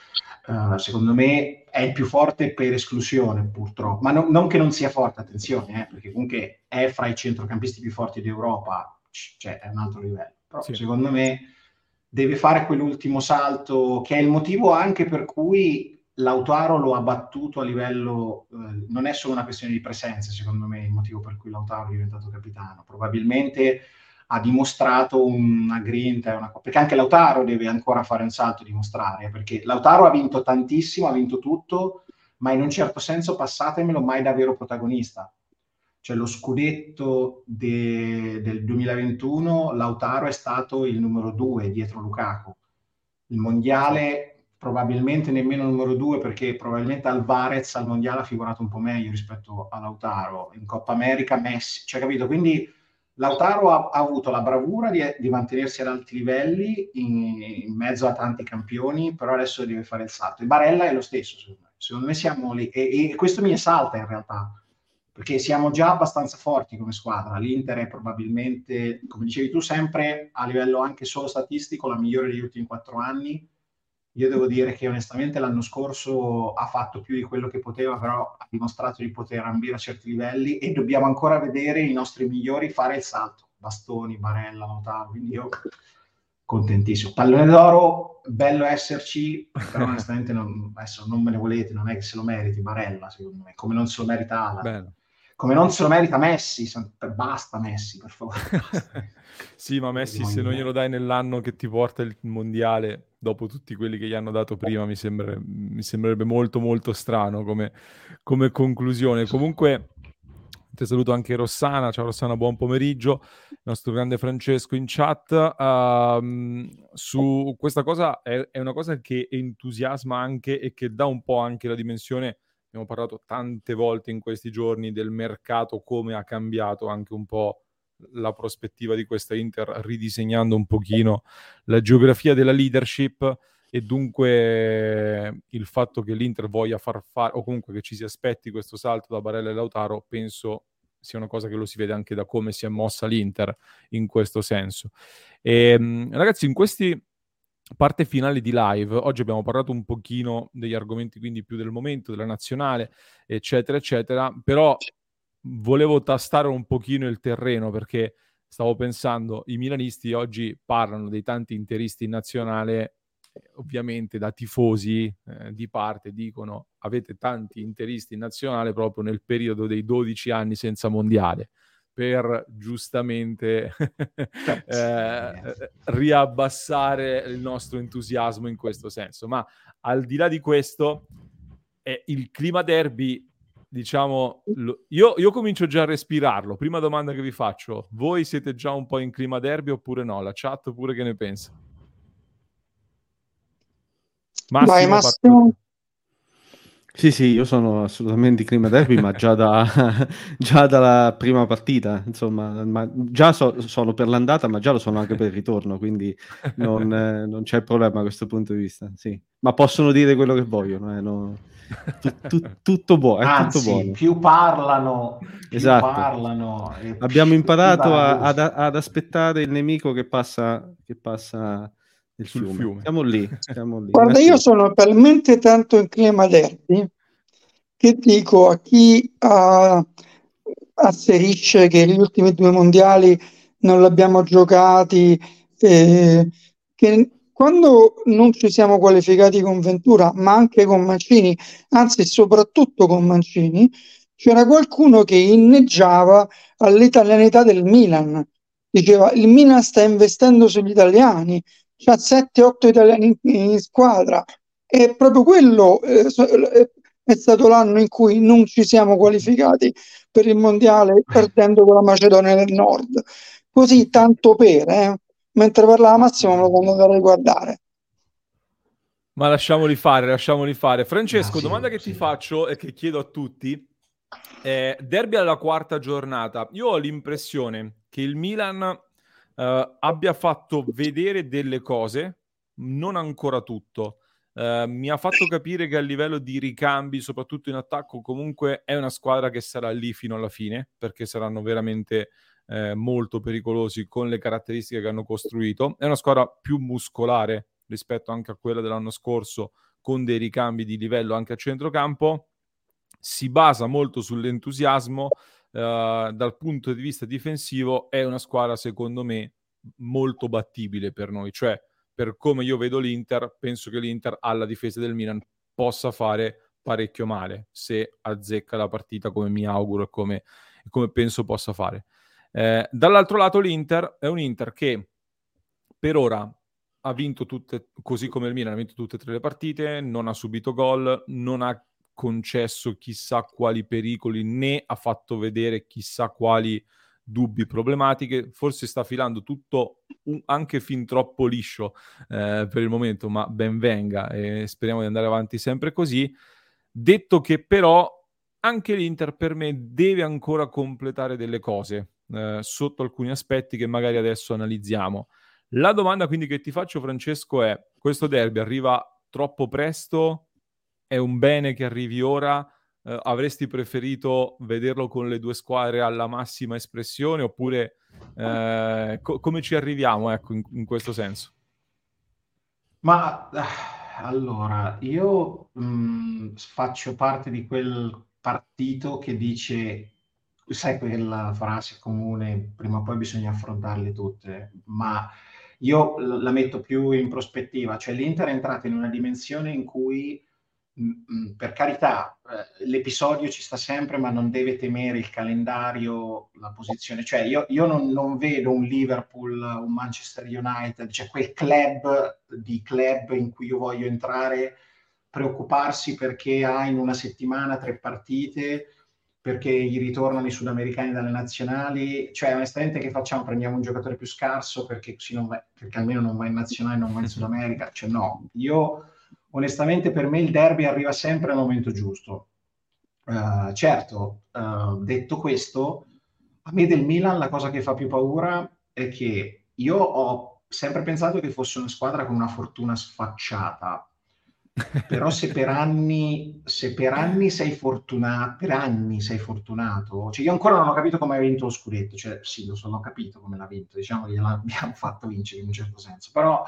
Uh, secondo me è il più forte per esclusione, purtroppo, ma no, non che non sia forte, attenzione, eh, perché comunque è fra i centrocampisti più forti d'Europa, cioè è un altro livello. Però sì, secondo me deve fare quell'ultimo salto, che è il motivo anche per cui Lautaro lo ha battuto a livello, eh, non è solo una questione di presenza, secondo me, il motivo per cui Lautaro è diventato capitano. Probabilmente ha dimostrato una grinta, una... perché anche Lautaro deve ancora fare un salto e dimostrare, perché Lautaro ha vinto tantissimo, ha vinto tutto, ma in un certo senso, passatemelo, mai da vero protagonista. Cioè lo scudetto de, del duemilaventuno, Lautaro è stato il numero due dietro Lukaku. Il mondiale probabilmente nemmeno il numero due, perché probabilmente Alvarez al mondiale ha figurato un po' meglio rispetto a Lautaro. In Coppa America Messi, cioè capito? Quindi Lautaro ha, ha avuto la bravura di, di mantenersi ad alti livelli in, in mezzo a tanti campioni, però adesso deve fare il salto. E Barella è lo stesso, secondo me. Secondo me siamo lì, e, e questo mi esalta in realtà, perché siamo già abbastanza forti come squadra. L'Inter è probabilmente, come dicevi tu, sempre a livello anche solo statistico la migliore degli ultimi quattro anni. Io devo dire che onestamente l'anno scorso ha fatto più di quello che poteva, però ha dimostrato di poter ambire a certi livelli, e dobbiamo ancora vedere i nostri migliori fare il salto. Bastoni, Barella, Lautaro, quindi io contentissimo. Pallone d'oro, bello esserci, però onestamente non, adesso non me ne volete, non è che se lo meriti Barella, secondo me, come non se lo merita Alan. Bene. Come non se lo merita Messi, basta Messi, per favore. Basta. Sì, ma Messi se non glielo dai nell'anno che ti porta il mondiale, dopo tutti quelli che gli hanno dato prima, mi, sembra, mi sembrerebbe molto molto strano come, come conclusione. Comunque ti saluto anche Rossana, ciao Rossana, buon pomeriggio, il nostro grande Francesco in chat. Uh, su questa cosa è, è una cosa che entusiasma anche e che dà un po' anche la dimensione. Abbiamo parlato tante volte in questi giorni del mercato, come ha cambiato anche un po' la prospettiva di questa Inter, ridisegnando un pochino la geografia della leadership, e dunque il fatto che l'Inter voglia far fare, o comunque che ci si aspetti questo salto da Barella e Lautaro, penso sia una cosa che lo si vede anche da come si è mossa l'Inter in questo senso. E, ragazzi, in questi parte finale di live, oggi abbiamo parlato un pochino degli argomenti quindi più del momento, della nazionale, eccetera, eccetera, però volevo tastare un pochino il terreno, perché stavo pensando, i milanisti oggi parlano dei tanti interisti in nazionale, ovviamente da tifosi eh, di parte dicono avete tanti interisti in nazionale proprio nel periodo dei dodici anni senza mondiale, per giustamente eh, riabbassare il nostro entusiasmo in questo senso. Ma al di là di questo, è il clima derby, diciamo, lo, io, io comincio già a respirarlo. Prima domanda che vi faccio: voi siete già un po' in clima derby oppure no? La chat pure che ne pensa? Massimo, Vai, Massimo. Sì, sì, io sono assolutamente in clima derby, ma già, da, già dalla prima partita, insomma, ma già so, sono per l'andata, ma già lo sono anche per il ritorno, quindi non, eh, non c'è problema da questo punto di vista, sì. Ma possono dire quello che vogliono, eh, no, tu, tu, tutto, buo- è Anzi, tutto buono. più parlano, più esatto. parlano. E abbiamo imparato a, ad, ad aspettare il nemico che passa, che passa nel sul fiume. fiume. Siamo lì, siamo lì. Guarda, io sono talmente tanto in clima derby che dico a chi uh, asserisce che gli ultimi due mondiali non li abbiamo giocati, eh, che quando non ci siamo qualificati con Ventura, ma anche con Mancini, anzi soprattutto con Mancini, c'era qualcuno che inneggiava all'italianità del Milan. Diceva: il Milan sta investendo sugli italiani, c'ha sette otto italiani in, in squadra. E proprio quello eh, è stato l'anno in cui non ci siamo qualificati per il mondiale, perdendo con la Macedonia del Nord. Così, tanto per, eh? Mentre parlava Massimo me lo devo andare a riguardare. Ma lasciamoli fare, lasciamoli fare. Francesco, ah, sì, domanda che sì. ti faccio e che chiedo a tutti: Eh, derby alla quarta giornata. Io ho l'impressione che il Milan eh, abbia fatto vedere delle cose, non ancora tutto. Eh, mi ha fatto capire che a livello di ricambi, soprattutto in attacco, comunque è una squadra che sarà lì fino alla fine, perché saranno veramente eh, molto pericolosi con le caratteristiche che hanno costruito. È una squadra più muscolare rispetto anche a quella dell'anno scorso, con dei ricambi di livello anche a centrocampo. Si basa molto sull'entusiasmo. Uh, dal punto di vista difensivo è una squadra secondo me molto battibile per noi, cioè per come io vedo l'Inter, penso che l'Inter alla difesa del Milan possa fare parecchio male se azzecca la partita, come mi auguro e come, come penso possa fare. Eh, dall'altro lato l'Inter è un Inter che per ora ha vinto tutte, così come il Milan ha vinto tutte e tre le partite, non ha subito gol, non ha concesso chissà quali pericoli, né ha fatto vedere chissà quali dubbi, problematiche. Forse sta filando tutto un, anche fin troppo liscio eh, per il momento, ma ben venga e speriamo di andare avanti sempre così. Detto che però anche l'Inter per me deve ancora completare delle cose eh, sotto alcuni aspetti che magari adesso analizziamo. La domanda quindi che ti faccio, Francesco, è: questo derby arriva troppo presto? È un bene che arrivi ora? Eh, avresti preferito vederlo con le due squadre alla massima espressione, oppure eh, co- come ci arriviamo, ecco, in, in questo senso? Ma allora, io mh, faccio parte di quel partito che dice, sai, quella frase comune, prima o poi bisogna affrontarle tutte, ma io l- la metto più in prospettiva, cioè l'Inter è entrata in una dimensione in cui, mh, per carità, eh, l'episodio ci sta sempre, ma non deve temere il calendario, la posizione. Cioè io, io non, non vedo un Liverpool, un Manchester United, cioè quel club di club in cui io voglio entrare, preoccuparsi perché ha in una settimana tre partite, perché gli ritornano i sudamericani dalle nazionali. Cioè onestamente che facciamo? Prendiamo un giocatore più scarso perché, così non va, perché almeno non va in nazionale, non va in Sudamerica. Cioè no, io onestamente per me il derby arriva sempre al momento giusto. Uh, certo, uh, detto questo, a me del Milan la cosa che fa più paura è che io ho sempre pensato che fosse una squadra con una fortuna sfacciata, però se per anni, se per anni sei fortunato, per anni sei fortunato, cioè io ancora non ho capito come hai vinto lo scudetto, cioè sì, lo so, non ho capito come l'ha vinto, diciamo che gliel'abbiamo fatto vincere in un certo senso, però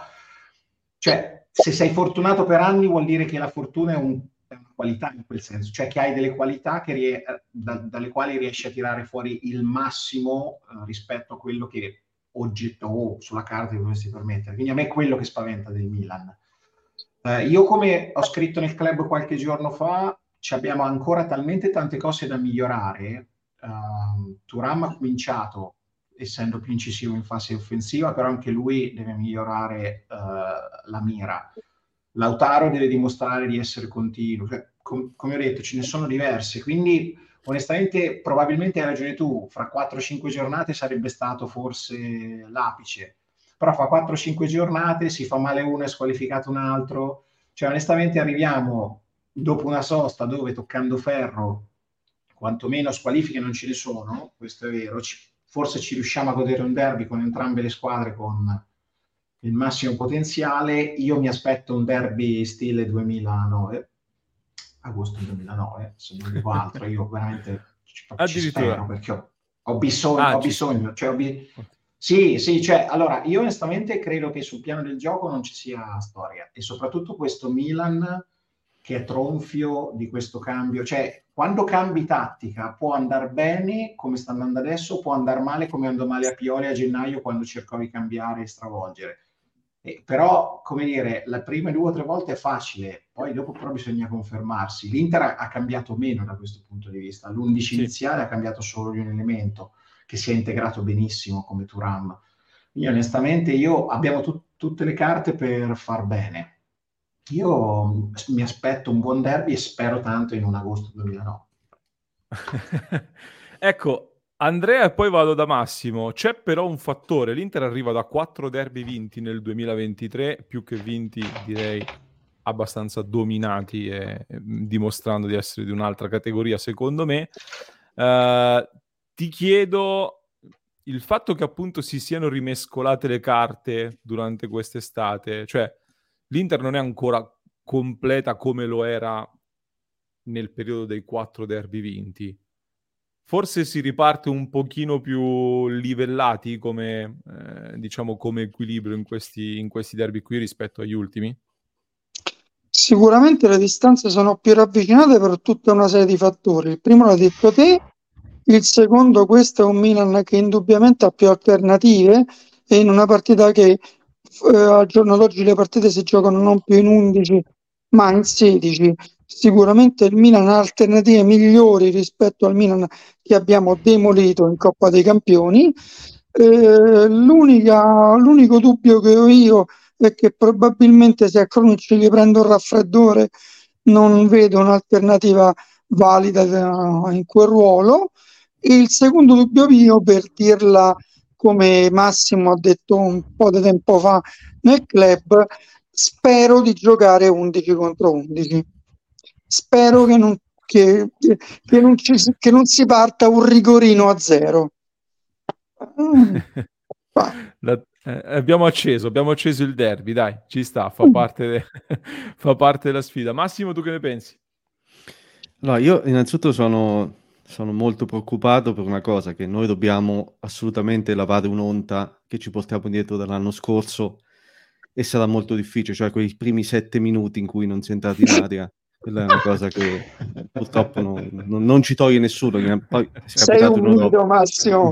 cioè se sei fortunato per anni vuol dire che la fortuna è, un, è una qualità in quel senso, cioè che hai delle qualità che rie- da, dalle quali riesci a tirare fuori il massimo eh, rispetto a quello che oggetto o sulla carta ti dovresti permettere. Quindi a me è quello che spaventa del Milan. Eh, io, come ho scritto nel club qualche giorno fa, ci abbiamo ancora talmente tante cose da migliorare. Uh, Thuram ha cominciato essendo più incisivo in fase offensiva, però anche lui deve migliorare uh, la mira. Lautaro deve dimostrare di essere continuo. Cioè, com- come ho detto, ce ne sono diverse, quindi onestamente probabilmente hai ragione tu, fra quattro cinque giornate sarebbe stato forse l'apice, però fra quattro cinque giornate si fa male uno e squalificato un altro, cioè onestamente arriviamo dopo una sosta dove, toccando ferro, quantomeno squalifiche non ce ne sono, questo è vero, ci, forse ci riusciamo a godere un derby con entrambe le squadre con il massimo potenziale. Io mi aspetto un derby stile duemilanove, agosto duemilanove, se non dico altro. Io veramente ci, ci spero, perché ho, ho bisogno, ah, ho bisogno, cioè ho bi- sì, sì, cioè, allora, io onestamente credo che sul piano del gioco non ci sia storia, e soprattutto questo Milan che è tronfio di questo cambio, cioè quando cambi tattica può andare bene come sta andando adesso, può andare male come andò male a Pioli a gennaio quando cercò di cambiare e stravolgere. Eh, però, come dire, le prime due o tre volte è facile, poi dopo però bisogna confermarsi. L'Inter ha, ha cambiato meno da questo punto di vista, l'undici Sì. iniziale ha cambiato solo di un elemento che si è integrato benissimo come Thuram. Quindi onestamente io abbiamo tut- tutte le carte per far bene. Io mi aspetto un buon derby e spero tanto in un agosto duemilanove. Ecco, Andrea, e poi vado da Massimo. C'è però un fattore: l'Inter arriva da quattro derby vinti nel duemilaventitré, più che vinti direi abbastanza dominati e, e dimostrando di essere di un'altra categoria, secondo me. Uh, ti chiedo, il fatto che appunto si siano rimescolate le carte durante quest'estate, cioè l'Inter non è ancora completa come lo era nel periodo dei quattro derby vinti. Forse si riparte un pochino più livellati come, eh, diciamo, come equilibrio in questi, in questi derby qui rispetto agli ultimi? Sicuramente le distanze sono più ravvicinate per tutta una serie di fattori. Il primo l'hai detto te, il secondo, questo è un Milan che indubbiamente ha più alternative e in una partita che eh, al giorno d'oggi le partite si giocano non più in undici ma in sedici. Sicuramente il Milan ha alternative migliori rispetto al Milan che abbiamo demolito in Coppa dei Campioni. Eh, l'unica, l'unico dubbio che ho io è che probabilmente se a Krunic gli prendo un raffreddore non vedo un'alternativa valida in quel ruolo. Il secondo dubbio mio, per dirla come Massimo ha detto un po' di tempo fa nel club, spero di giocare undici contro undici. Spero che non, che, che non, ci, che non si parta un rigorino a zero. Mm. La, eh, abbiamo acceso, abbiamo acceso il derby, dai, ci sta, fa parte, de- fa parte della sfida. Massimo, tu che ne pensi? Allora, io innanzitutto sono, sono molto preoccupato per una cosa, che noi dobbiamo assolutamente lavare un'onta che ci portiamo dietro dall'anno scorso e sarà molto difficile, cioè quei primi sette minuti in cui non si è entrati in aria. Quella è una cosa che purtroppo non, non, non ci toglie nessuno. Poi è Sei un mito, Massimo.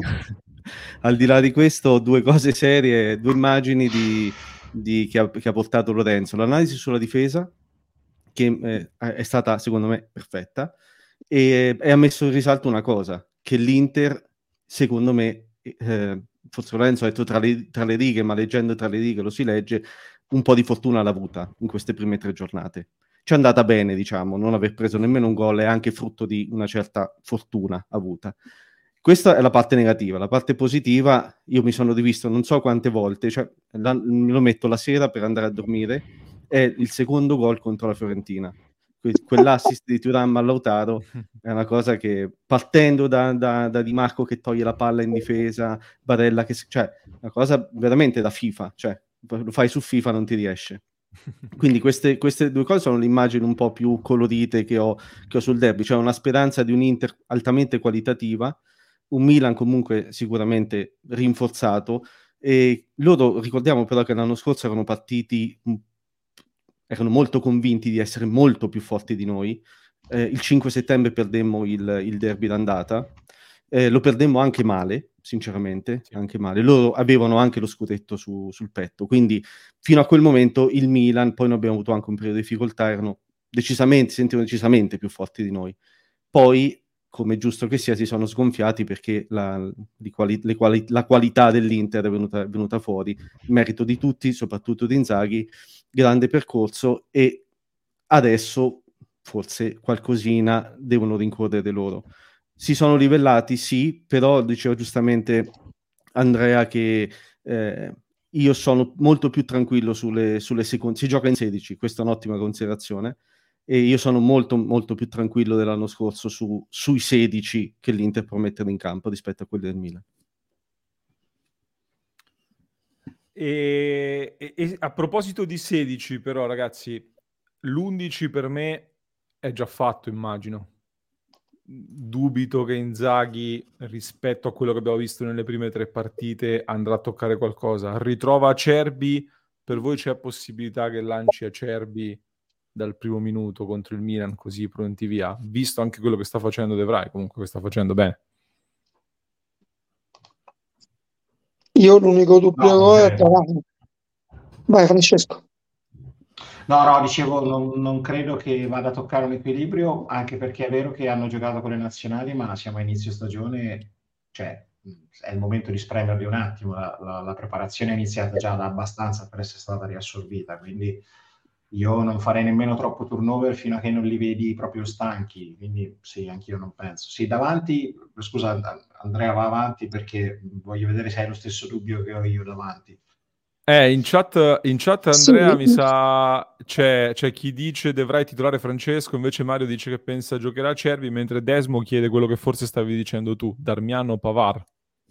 Al di là di questo, due cose serie, due immagini di, di che, ha, che ha portato Lorenzo. L'analisi sulla difesa, che eh, è stata secondo me perfetta, e, e ha messo in risalto una cosa, che l'Inter, secondo me, eh, forse Lorenzo ha detto tra le, tra le righe, ma leggendo tra le righe lo si legge, un po' di fortuna l'ha avuta in queste prime tre giornate. Ci è andata bene, diciamo, non aver preso nemmeno un gol è anche frutto di una certa fortuna avuta. Questa è la parte negativa. La parte positiva, io mi sono rivisto non so quante volte, cioè la, me lo metto la sera per andare a dormire, è il secondo gol contro la Fiorentina. Que- quell'assist di Thuram a Lautaro è una cosa che, partendo da, da, da Di Marco che toglie la palla in difesa, Barella che... cioè, una cosa veramente da FIFA, cioè lo fai su FIFA non ti riesce. Quindi queste, queste due cose sono le immagini un po' più colorite che ho, che ho sul derby, cioè una speranza di un Inter altamente qualitativa, un Milan comunque sicuramente rinforzato, e loro ricordiamo però che l'anno scorso erano partiti, erano molto convinti di essere molto più forti di noi. Eh, il cinque settembre perdemmo il, il derby d'andata, eh, lo perdemmo anche male, sinceramente, sì. anche male. Loro avevano anche lo scudetto su, sul petto, quindi fino a quel momento il Milan, poi noi abbiamo avuto anche un periodo di difficoltà, erano decisamente, sentivano decisamente più forti di noi. Poi, come giusto che sia, si sono sgonfiati perché la, di quali, le quali, la qualità dell'Inter è venuta, è venuta fuori, merito di tutti, soprattutto di Inzaghi, grande percorso, e adesso forse qualcosina devono rincorrere loro. Si sono livellati, sì, però diceva giustamente Andrea che eh, io sono molto più tranquillo sulle, sulle seconde, si gioca in sedici, questa è un'ottima considerazione, e io sono molto molto più tranquillo dell'anno scorso su, sui sedici che l'Inter può mettere in campo rispetto a quelli del Milan. E, e, e a proposito di sedici, però, ragazzi, l'undici per me è già fatto, immagino. Dubito che Inzaghi, rispetto a quello che abbiamo visto nelle prime tre partite, andrà a toccare qualcosa. Ritrova Acerbi, per voi c'è possibilità che lanci Acerbi dal primo minuto contro il Milan, così pronti via, visto anche quello che sta facendo De Vrij, comunque che sta facendo bene? Io l'unico dubbio no, che ho è davanti. Vai Francesco. No, no, dicevo, non, non credo che vada a toccare un equilibrio, anche perché è vero che hanno giocato con le nazionali, ma siamo a inizio stagione, cioè è il momento di spremerli un attimo, la, la, la preparazione è iniziata già da abbastanza per essere stata riassorbita, quindi io non farei nemmeno troppo turnover fino a che non li vedi proprio stanchi, quindi sì, anch'io non penso. Sì, davanti, scusa Andrea va avanti perché voglio vedere se hai lo stesso dubbio che ho io davanti. Eh, in chat, in chat Andrea Sì. mi sa c'è, c'è chi dice dovrai titolare Francesco, invece Mario dice che pensa giocherà a Cervi, mentre Desmo chiede quello che forse stavi dicendo tu, Darmian o Pavard.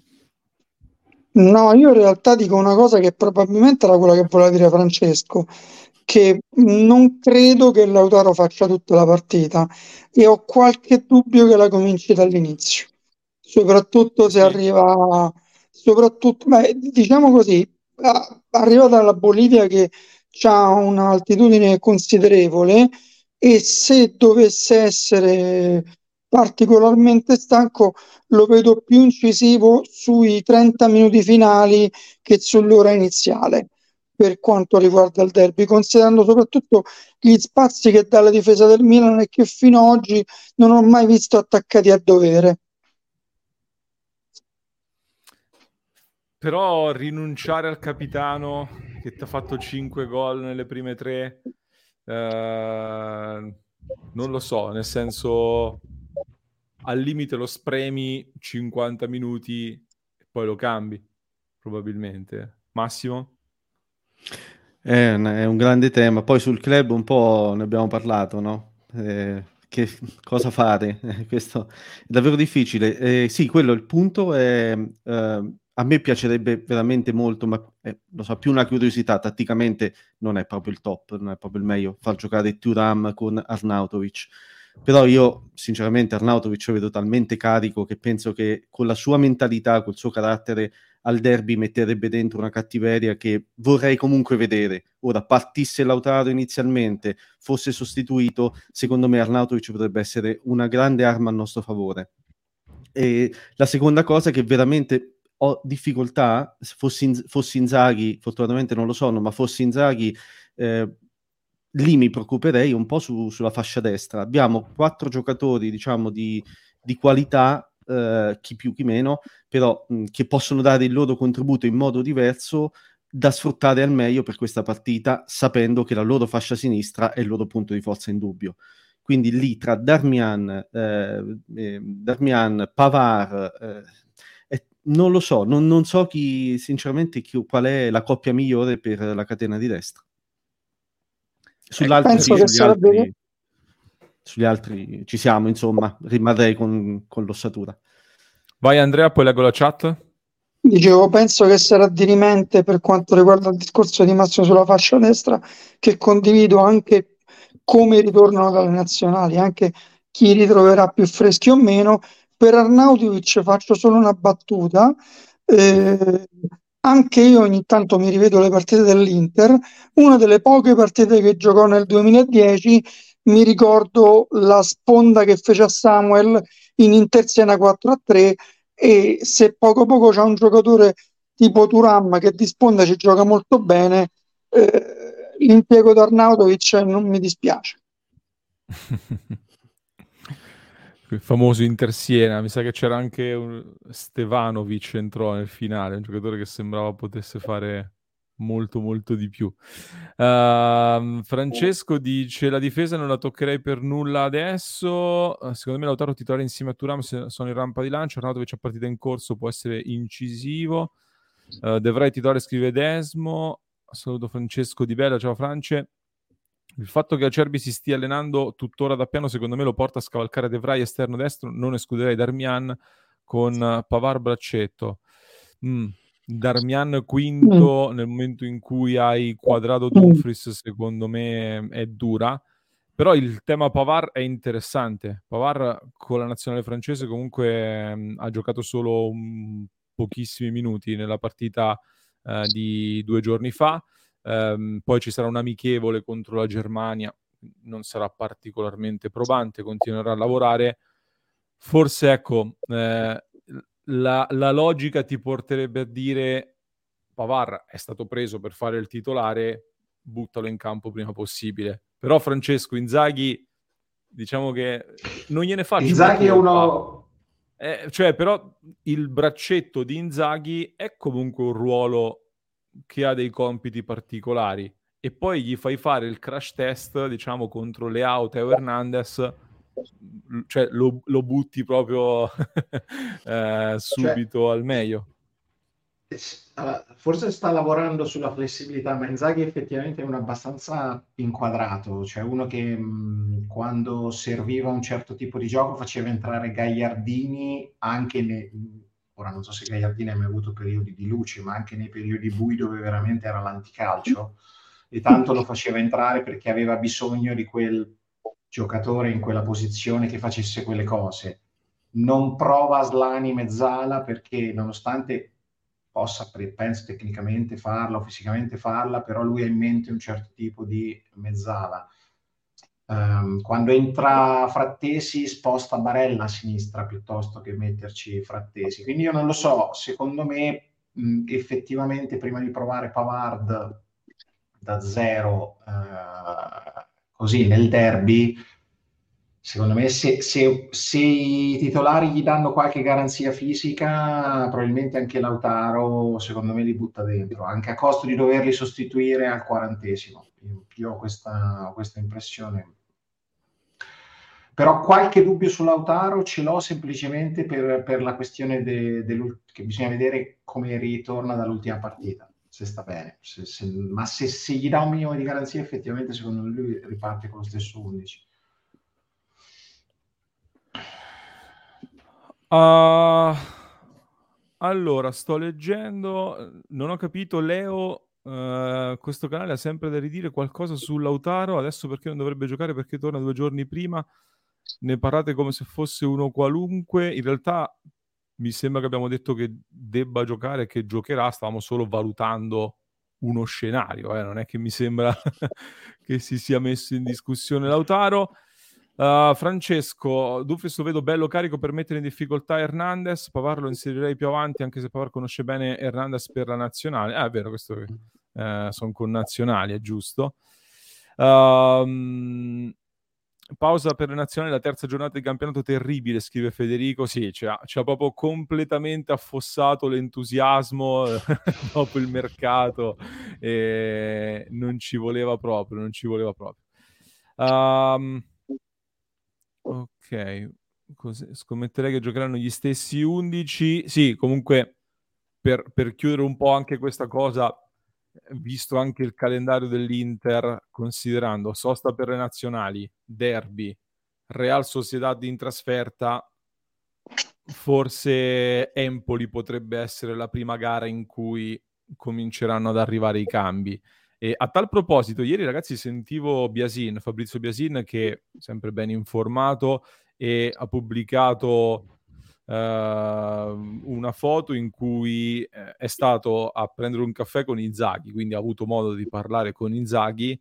No, io in realtà dico una cosa che probabilmente era quella che voleva dire Francesco, che non credo che Lautaro faccia tutta la partita e ho qualche dubbio che la cominci dall'inizio, soprattutto se Sì? arriva, soprattutto, beh, diciamo così, a- arriva dalla Bolivia che ha un'altitudine considerevole e se dovesse essere particolarmente stanco lo vedo più incisivo sui trenta minuti finali che sull'ora iniziale per quanto riguarda il derby, considerando soprattutto gli spazi che dà la difesa del Milan e che fino ad oggi non ho mai visto attaccati a dovere. Però rinunciare al capitano che ti ha fatto cinque gol nelle prime tre, eh, non lo so, nel senso al limite lo spremi cinquanta minuti e poi lo cambi, probabilmente. Massimo? È un, è un grande tema. Poi sul club un po' ne abbiamo parlato, no? Eh, che cosa fare? Eh, questo è davvero difficile. Eh, sì, quello il punto è... eh, a me piacerebbe veramente molto, ma eh, lo so, più una curiosità. Tatticamente non è proprio il top, non è proprio il meglio. Far giocare Thuram con Arnautovic. Però io, sinceramente, Arnautovic lo vedo talmente carico che penso che con la sua mentalità, col suo carattere al derby metterebbe dentro una cattiveria che vorrei comunque vedere. Ora, partisse Lautaro inizialmente, fosse sostituito, secondo me Arnautovic potrebbe essere una grande arma a nostro favore. E la seconda cosa è che veramente ho difficoltà, se fossi, in, fossi Inzaghi, fortunatamente non lo sono, ma fossi Inzaghi, eh, lì mi preoccuperei un po' su, sulla fascia destra. Abbiamo quattro giocatori, diciamo, di, di qualità, eh, chi più chi meno, però mh, che possono dare il loro contributo in modo diverso da sfruttare al meglio per questa partita, sapendo che la loro fascia sinistra è il loro punto di forza indubbio. Quindi lì tra Darmian, eh, eh, Darmian Pavard, eh, eh, non lo so, non, non so chi, sinceramente, chi, qual è la coppia migliore per la catena di destra. Sull'altro, sì, Penso che sugli sarebbe, altri, sugli altri ci siamo, insomma, rimarrei con, con l'ossatura. Vai Andrea, poi leggo la chat. dicevo, penso che sarà dirimente per quanto riguarda il discorso di Massimo sulla fascia destra, che condivido anche come ritornano dalle nazionali, anche chi ritroverà più freschi o meno. Per Arnautovic faccio solo una battuta. Eh, anche io ogni tanto mi rivedo le partite dell'Inter. Una delle poche partite che giocò nel duemiladieci, mi ricordo la sponda che fece a Samuel in Inter Siena quattro a tre, e se poco poco c'è un giocatore tipo Thuram che di sponda ci gioca molto bene, eh, l'impiego di Arnautovic non mi dispiace. Il famoso Inter Siena, mi sa che c'era anche un... Stevanovic entrò nel finale, un giocatore che sembrava potesse fare molto molto di più. Uh, Francesco dice la difesa non la toccherei per nulla adesso, uh, secondo me Lautaro titolare insieme a Thuram se sono in rampa di lancio, Arnautovic a partita in corso può essere incisivo, uh, Devrai titolare scrive Desmo, saluto Francesco Di Bella, ciao France. Il fatto che Acerbi si stia allenando tuttora da piano secondo me lo porta a scavalcare De Vrij esterno destro, non escluderei Darmian con uh, Pavard braccetto. Mm. Darmian quinto mm. nel momento in cui hai Quadrado Dumfries secondo me è dura, però il tema Pavard è interessante. Pavard con la nazionale francese comunque mh, ha giocato solo um, pochissimi minuti nella partita uh, di due giorni fa. Um, poi ci sarà un amichevole contro la Germania, non sarà particolarmente probante, continuerà a lavorare. Forse ecco, eh, la, la logica ti porterebbe a dire Pavard è stato preso per fare il titolare, buttalo in campo prima possibile. Però Francesco Inzaghi, diciamo che non gliene faccio Inzaghi una è uno... eh, cioè, però il braccetto di Inzaghi è comunque un ruolo che ha dei compiti particolari e poi gli fai fare il crash test, diciamo, contro Leao, Teo Hernandez, cioè lo, lo butti proprio eh, subito cioè, al meglio. Allora, forse sta lavorando sulla flessibilità, ma Inzaghi effettivamente è uno abbastanza inquadrato, cioè uno che mh, quando serviva un certo tipo di gioco faceva entrare Gagliardini anche nei, ora non so se Gagliardini ha mai avuto periodi di luce, ma anche nei periodi bui dove veramente era l'anticalcio, e tanto lo faceva entrare perché aveva bisogno di quel giocatore in quella posizione che facesse quelle cose. Non prova Aslani mezzala perché nonostante possa, penso, tecnicamente farla o fisicamente farla, però lui ha in mente un certo tipo di mezzala. Um, quando entra Frattesi sposta Barella a sinistra piuttosto che metterci Frattesi. Quindi io non lo so, secondo me mh, effettivamente prima di provare Pavard da zero uh, così nel derby, secondo me se, se, se i titolari gli danno qualche garanzia fisica, probabilmente anche Lautaro, secondo me, li butta dentro, anche a costo di doverli sostituire al quarantesimo. Io, io ho questa, ho questa impressione. Però qualche dubbio su Lautaro ce l'ho semplicemente per, per la questione de, de, che bisogna vedere come ritorna dall'ultima partita, se sta bene. Se, se, ma se, se gli dà un minimo di garanzia, effettivamente, secondo me, lui riparte con lo stesso undici. Uh, allora, sto leggendo, non ho capito, Leo, uh, questo canale ha sempre da ridire qualcosa su Lautaro, adesso perché non dovrebbe giocare perché torna due giorni prima, ne parlate come se fosse uno qualunque, in realtà mi sembra che abbiamo detto che debba giocare e che giocherà, stavamo solo valutando uno scenario, eh? Non è che mi sembra che si sia messo in discussione Lautaro. Uh, Francesco, Dufris lo vedo bello carico per mettere in difficoltà Hernandez. Pavard lo inserirei più avanti, anche se Pavard conosce bene Hernandez per la nazionale. Ah, è vero, questo eh, sono connazionali, è giusto. Um, pausa per le nazionali, la terza giornata di campionato terribile, scrive Federico. Sì, ci ha, ci ha proprio completamente affossato l'entusiasmo dopo il mercato e non ci voleva proprio, non ci voleva proprio. Um, Ok, così, scommetterei che giocheranno gli stessi undici. Sì, comunque per, per chiudere un po' anche questa cosa, visto anche il calendario dell'Inter, considerando sosta per le nazionali, derby, Real Sociedad in trasferta, forse Empoli potrebbe essere la prima gara in cui cominceranno ad arrivare i cambi. E a tal proposito, ieri ragazzi sentivo Biasin, Fabrizio Biasin, che è sempre ben informato e ha pubblicato uh, una foto in cui eh, è stato a prendere un caffè con Inzaghi, quindi ha avuto modo di parlare con Inzaghi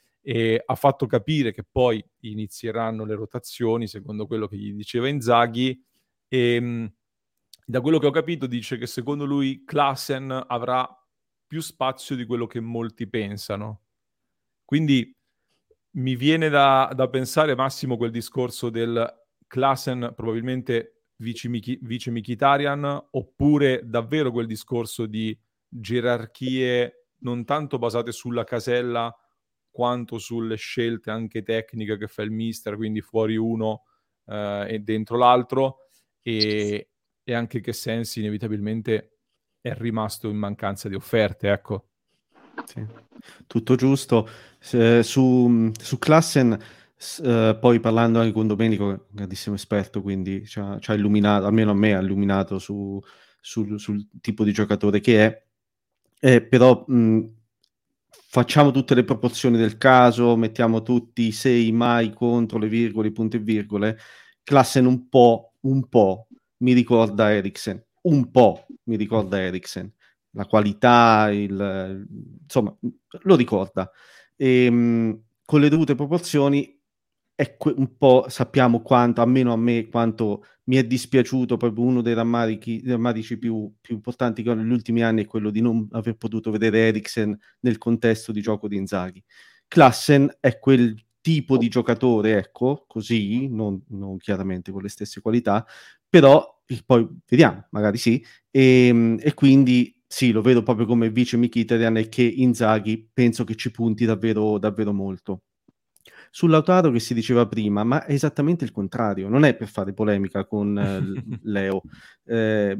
e ha fatto capire che poi inizieranno le rotazioni secondo quello che gli diceva Inzaghi e mh, da quello che ho capito dice che secondo lui Klaassen avrà più spazio di quello che molti pensano. Quindi mi viene da, da pensare, Massimo, quel discorso del Klaassen probabilmente vice, Miki, vice Mkhitaryan, oppure davvero quel discorso di gerarchie non tanto basate sulla casella quanto sulle scelte anche tecniche che fa il mister, quindi fuori uno eh, e dentro l'altro, e, e anche che Sensi inevitabilmente è rimasto in mancanza di offerte, ecco. Sì, tutto giusto. Eh, su, su Klaassen, eh, poi parlando anche con Domenico, grandissimo esperto, quindi ci ha, ci ha illuminato, almeno a me ha illuminato su, sul, sul tipo di giocatore che è, eh, però mh, facciamo tutte le proporzioni del caso, mettiamo tutti i sei mai contro le virgole, i punti e virgole. Klaassen un po', un po' mi ricorda Eriksen, un po' mi ricorda Eriksen. La qualità, il, insomma, lo ricorda. E, mh, con le dovute proporzioni, è que- un po' sappiamo quanto, almeno a me, quanto mi è dispiaciuto. Proprio uno dei rammarichi, dei rammarici più, più importanti che ho negli ultimi anni è quello di non aver potuto vedere Eriksen nel contesto di gioco di Inzaghi. Klaassen è quel tipo di giocatore, ecco, così, non, non chiaramente con le stesse qualità, però poi vediamo, magari sì, e, e quindi sì, lo vedo proprio come vice Mkhitaryan e che Inzaghi penso che ci punti davvero, davvero molto. Sul Lautaro che si diceva prima, ma è esattamente il contrario, non è per fare polemica con eh, Leo. Eh,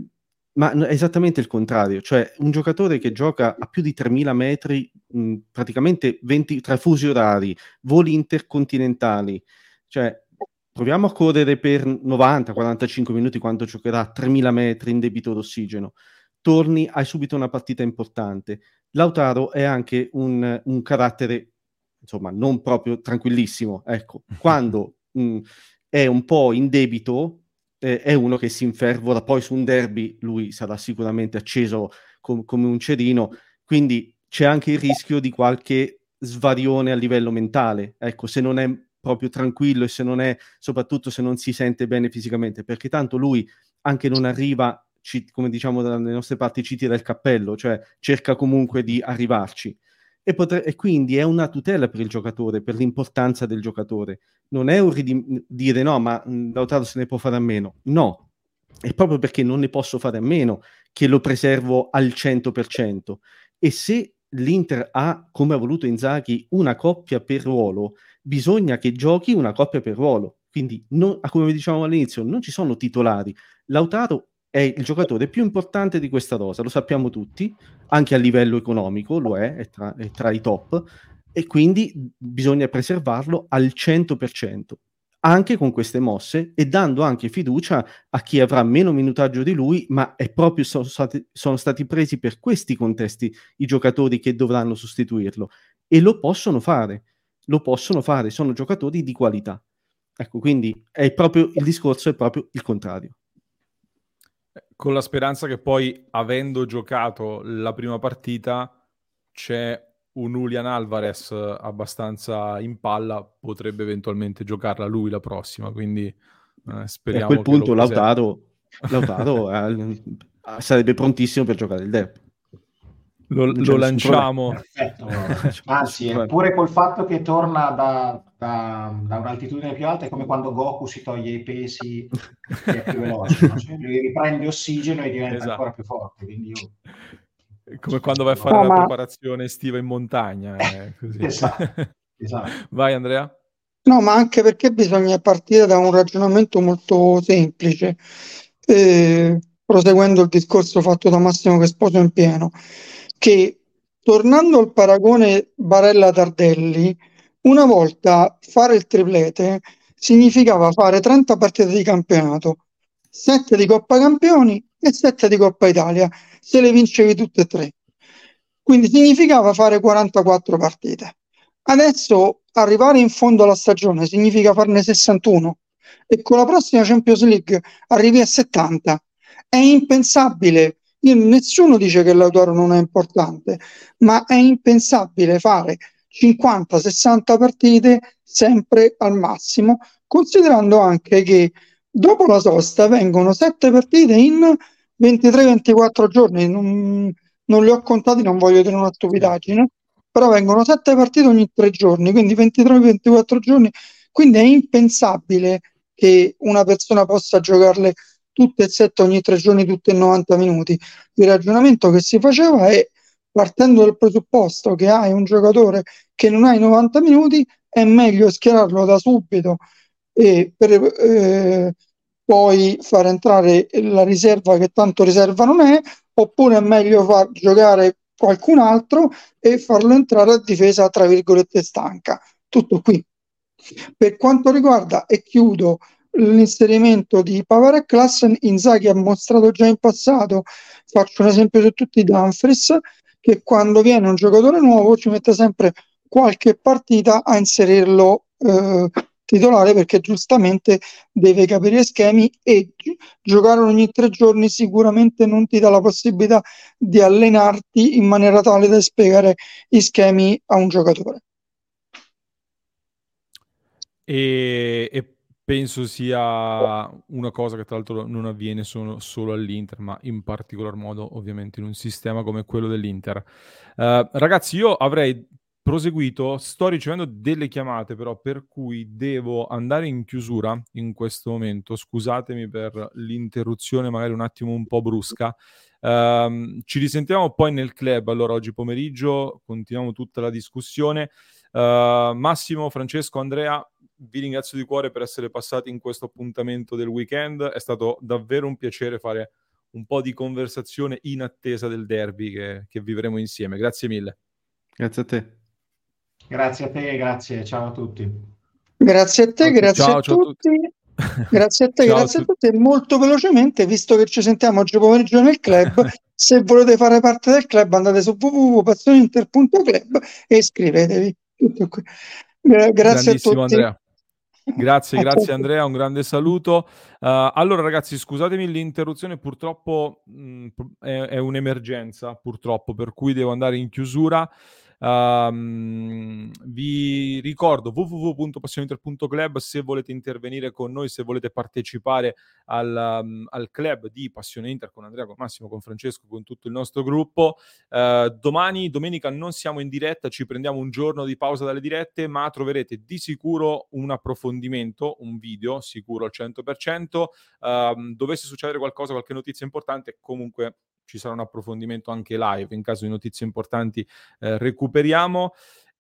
Ma è esattamente il contrario, cioè un giocatore che gioca a più di tremila metri, mh, praticamente venti, tra fusi orari, voli intercontinentali, cioè proviamo a correre per novanta quarantacinque minuti quanto giocherà a tremila metri in debito d'ossigeno, torni, hai subito una partita importante. Lautaro è anche un, un carattere, insomma, non proprio tranquillissimo, ecco, quando mh, è un po' in debito, è uno che si infervora, poi su un derby lui sarà sicuramente acceso com- come un cerino, quindi c'è anche il rischio di qualche svarione a livello mentale, ecco, se non è proprio tranquillo e se non è, soprattutto se non si sente bene fisicamente, perché tanto lui anche non arriva, ci, come diciamo dalle nostre parti, ci tira il cappello, cioè cerca comunque di arrivarci. E, potre- e quindi è una tutela per il giocatore, per l'importanza del giocatore. Non è un ridim- dire no, ma mh, Lautaro se ne può fare a meno. No, è proprio perché non ne posso fare a meno che lo preservo al cento per cento. E se l'Inter ha, come ha voluto Inzaghi, una coppia per ruolo, bisogna che giochi una coppia per ruolo. Quindi, non, come dicevamo all'inizio, non ci sono titolari. Lautaro è il giocatore più importante di questa rosa, lo sappiamo tutti, anche a livello economico lo è, è tra, è tra i top, e quindi bisogna preservarlo al cento per cento, anche con queste mosse e dando anche fiducia a chi avrà meno minutaggio di lui, ma è proprio sono stati, sono stati presi per questi contesti i giocatori che dovranno sostituirlo e lo possono fare, lo possono fare, sono giocatori di qualità. Ecco, quindi è proprio il discorso è proprio il contrario. Con la speranza che poi, avendo giocato la prima partita, c'è un Julian Alvarez abbastanza in palla, potrebbe eventualmente giocarla lui la prossima, quindi eh, speriamo e a quel punto che lo preservi. Lautaro, Lautaro eh, sarebbe prontissimo per giocare il derby. Lo, lo lanciamo. Perfetto. Anzi, eppure col fatto che torna da, da, da un'altitudine più alta è come quando Goku si toglie i pesi e è più veloce, no? Cioè, lui riprende ossigeno e diventa esatto. ancora più forte. Quindi io... Come quando vai a fare no, la ma... preparazione estiva in montagna. Eh, così. esatto, esatto. Vai Andrea. No, ma anche perché bisogna partire da un ragionamento molto semplice, eh, proseguendo il discorso fatto da Massimo che sposo in pieno, che tornando al paragone Barella-Tardelli, una volta fare il triplete significava fare trenta partite di campionato, sette di Coppa Campioni e sette di Coppa Italia, se le vincevi tutte e tre. Quindi significava fare quarantaquattro partite. Adesso arrivare in fondo alla stagione significa farne sessantuno e con la prossima Champions League arrivi a settanta. È impensabile. Io, nessuno dice che Lautaro non è importante, ma è impensabile fare cinquanta sessanta partite sempre al massimo, considerando anche che dopo la sosta vengono sette partite in ventitré ventiquattro giorni. Non, non li ho contati, non voglio dire una stupidaggine, però vengono sette partite ogni tre giorni, quindi ventitré ventiquattro giorni, quindi è impensabile che una persona possa giocarle tutte e sette ogni tre giorni, tutte in novanta minuti. Il ragionamento che si faceva è, partendo dal presupposto che hai un giocatore che non ha i novanta minuti, è meglio schierarlo da subito e per eh, poi far entrare la riserva, che tanto riserva non è, oppure è meglio far giocare qualcun altro e farlo entrare a difesa tra virgolette stanca. Tutto qui. Per quanto riguarda, e chiudo, l'inserimento di Pavard e Klassen, Inzaghi ha mostrato già in passato, faccio un esempio su tutti, Dumfries, che quando viene un giocatore nuovo ci mette sempre qualche partita a inserirlo eh, titolare, perché giustamente deve capire schemi e gi- giocare ogni tre giorni sicuramente non ti dà la possibilità di allenarti in maniera tale da spiegare gli schemi a un giocatore. E, e penso sia una cosa che tra l'altro non avviene solo, solo all'Inter, ma in particolar modo ovviamente in un sistema come quello dell'Inter. Uh, ragazzi, io avrei proseguito, sto ricevendo delle chiamate però, per cui devo andare in chiusura in questo momento. Scusatemi per l'interruzione magari un attimo un po' brusca. Uh, ci risentiamo poi nel club, allora oggi pomeriggio continuiamo tutta la discussione. Uh, Massimo, Francesco, Andrea, vi ringrazio di cuore per essere passati in questo appuntamento del weekend. È stato davvero un piacere fare un po' di conversazione in attesa del derby che, che vivremo insieme. Grazie mille. Grazie a te. Grazie a te, grazie, ciao a tutti. Grazie a te, Ciao, grazie ciao, a ciao a tutti. Grazie a te, Ciao a grazie a tutti. tutti. E molto velocemente, visto che ci sentiamo oggi pomeriggio nel club, se volete fare parte del club andate su w w w punto passioninter punto club e iscrivetevi. Tutto qui. Gra- grazie a tutti. Andrea. Grazie, A grazie tutti. Andrea, un grande saluto. Uh, allora ragazzi, scusatemi l'interruzione, purtroppo mh, è, è un'emergenza, purtroppo, per cui devo andare in chiusura. Um, vi ricordo w w w punto passioninter punto club se volete intervenire con noi, se volete partecipare al, um, al club di Passione Inter con Andrea, con Massimo, con Francesco, con tutto il nostro gruppo. Uh, domani, domenica, non siamo in diretta, ci prendiamo un giorno di pausa dalle dirette, ma troverete di sicuro un approfondimento, un video sicuro al cento per cento. Uh, dovesse succedere qualcosa, qualche notizia importante, comunque ci sarà un approfondimento anche live, in caso di notizie importanti eh, recuperiamo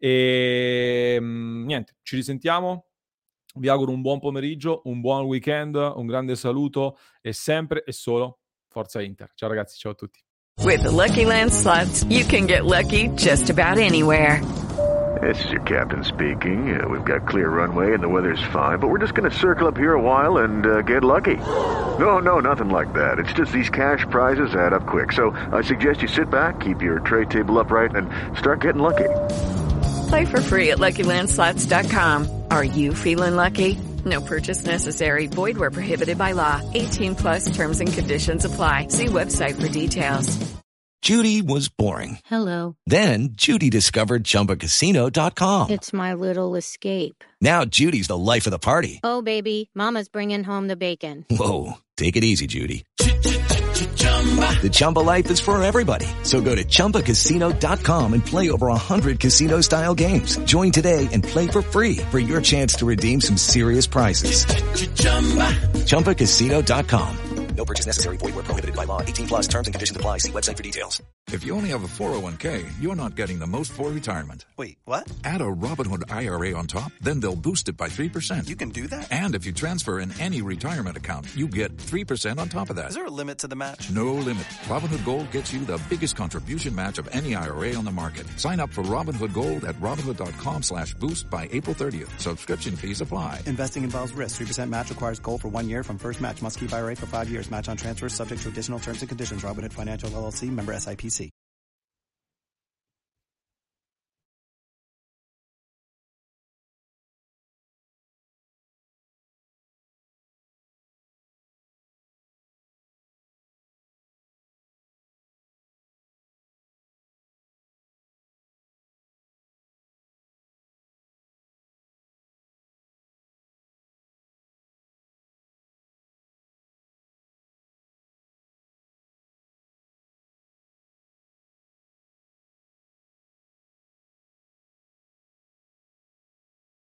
e mh, niente, ci risentiamo, vi auguro un buon pomeriggio, un buon weekend, un grande saluto e sempre e solo Forza Inter. Ciao ragazzi, ciao a tutti. With the Lucky Land Slots, you can get lucky just about anywhere. This is your captain speaking. Uh, we've got clear runway and the weather's fine, but we're just going to circle up here a while and uh, get lucky. No, no, nothing like that. It's just these cash prizes add up quick. So I suggest you sit back, keep your tray table upright, and start getting lucky. Play for free at lucky land slots dot com. Are you feeling lucky? No purchase necessary. Void where prohibited by law. eighteen plus terms and conditions apply. See website for details. Judy was boring. Hello. Then Judy discovered Chumba Casino dot com. It's my little escape. Now Judy's the life of the party. Oh, baby, mama's bringing home the bacon. Whoa, take it easy, Judy. The Chumba life is for everybody. So go to Chumba Casino dot com and play over one hundred casino-style games. Join today and play for free for your chance to redeem some serious prizes. Chumba Casino dot com. No purchase necessary. Void where prohibited by law. eighteen plus terms and conditions apply. See website for details. If you only have a four oh one k, you're not getting the most for retirement. Wait, what? Add a Robinhood I R A on top, then they'll boost it by three percent. You can do that? And if you transfer in any retirement account, you get three percent on top of that. Is there a limit to the match? No limit. Robinhood Gold gets you the biggest contribution match of any I R A on the market. Sign up for Robinhood Gold at Robinhood.com slash boost by April thirtieth. Subscription fees apply. Investing involves risk. three percent match requires gold for one year from first match. Must keep I R A for five years. Match on transfers subject to additional terms and conditions. Robinhood Financial L L C. Member S I P C.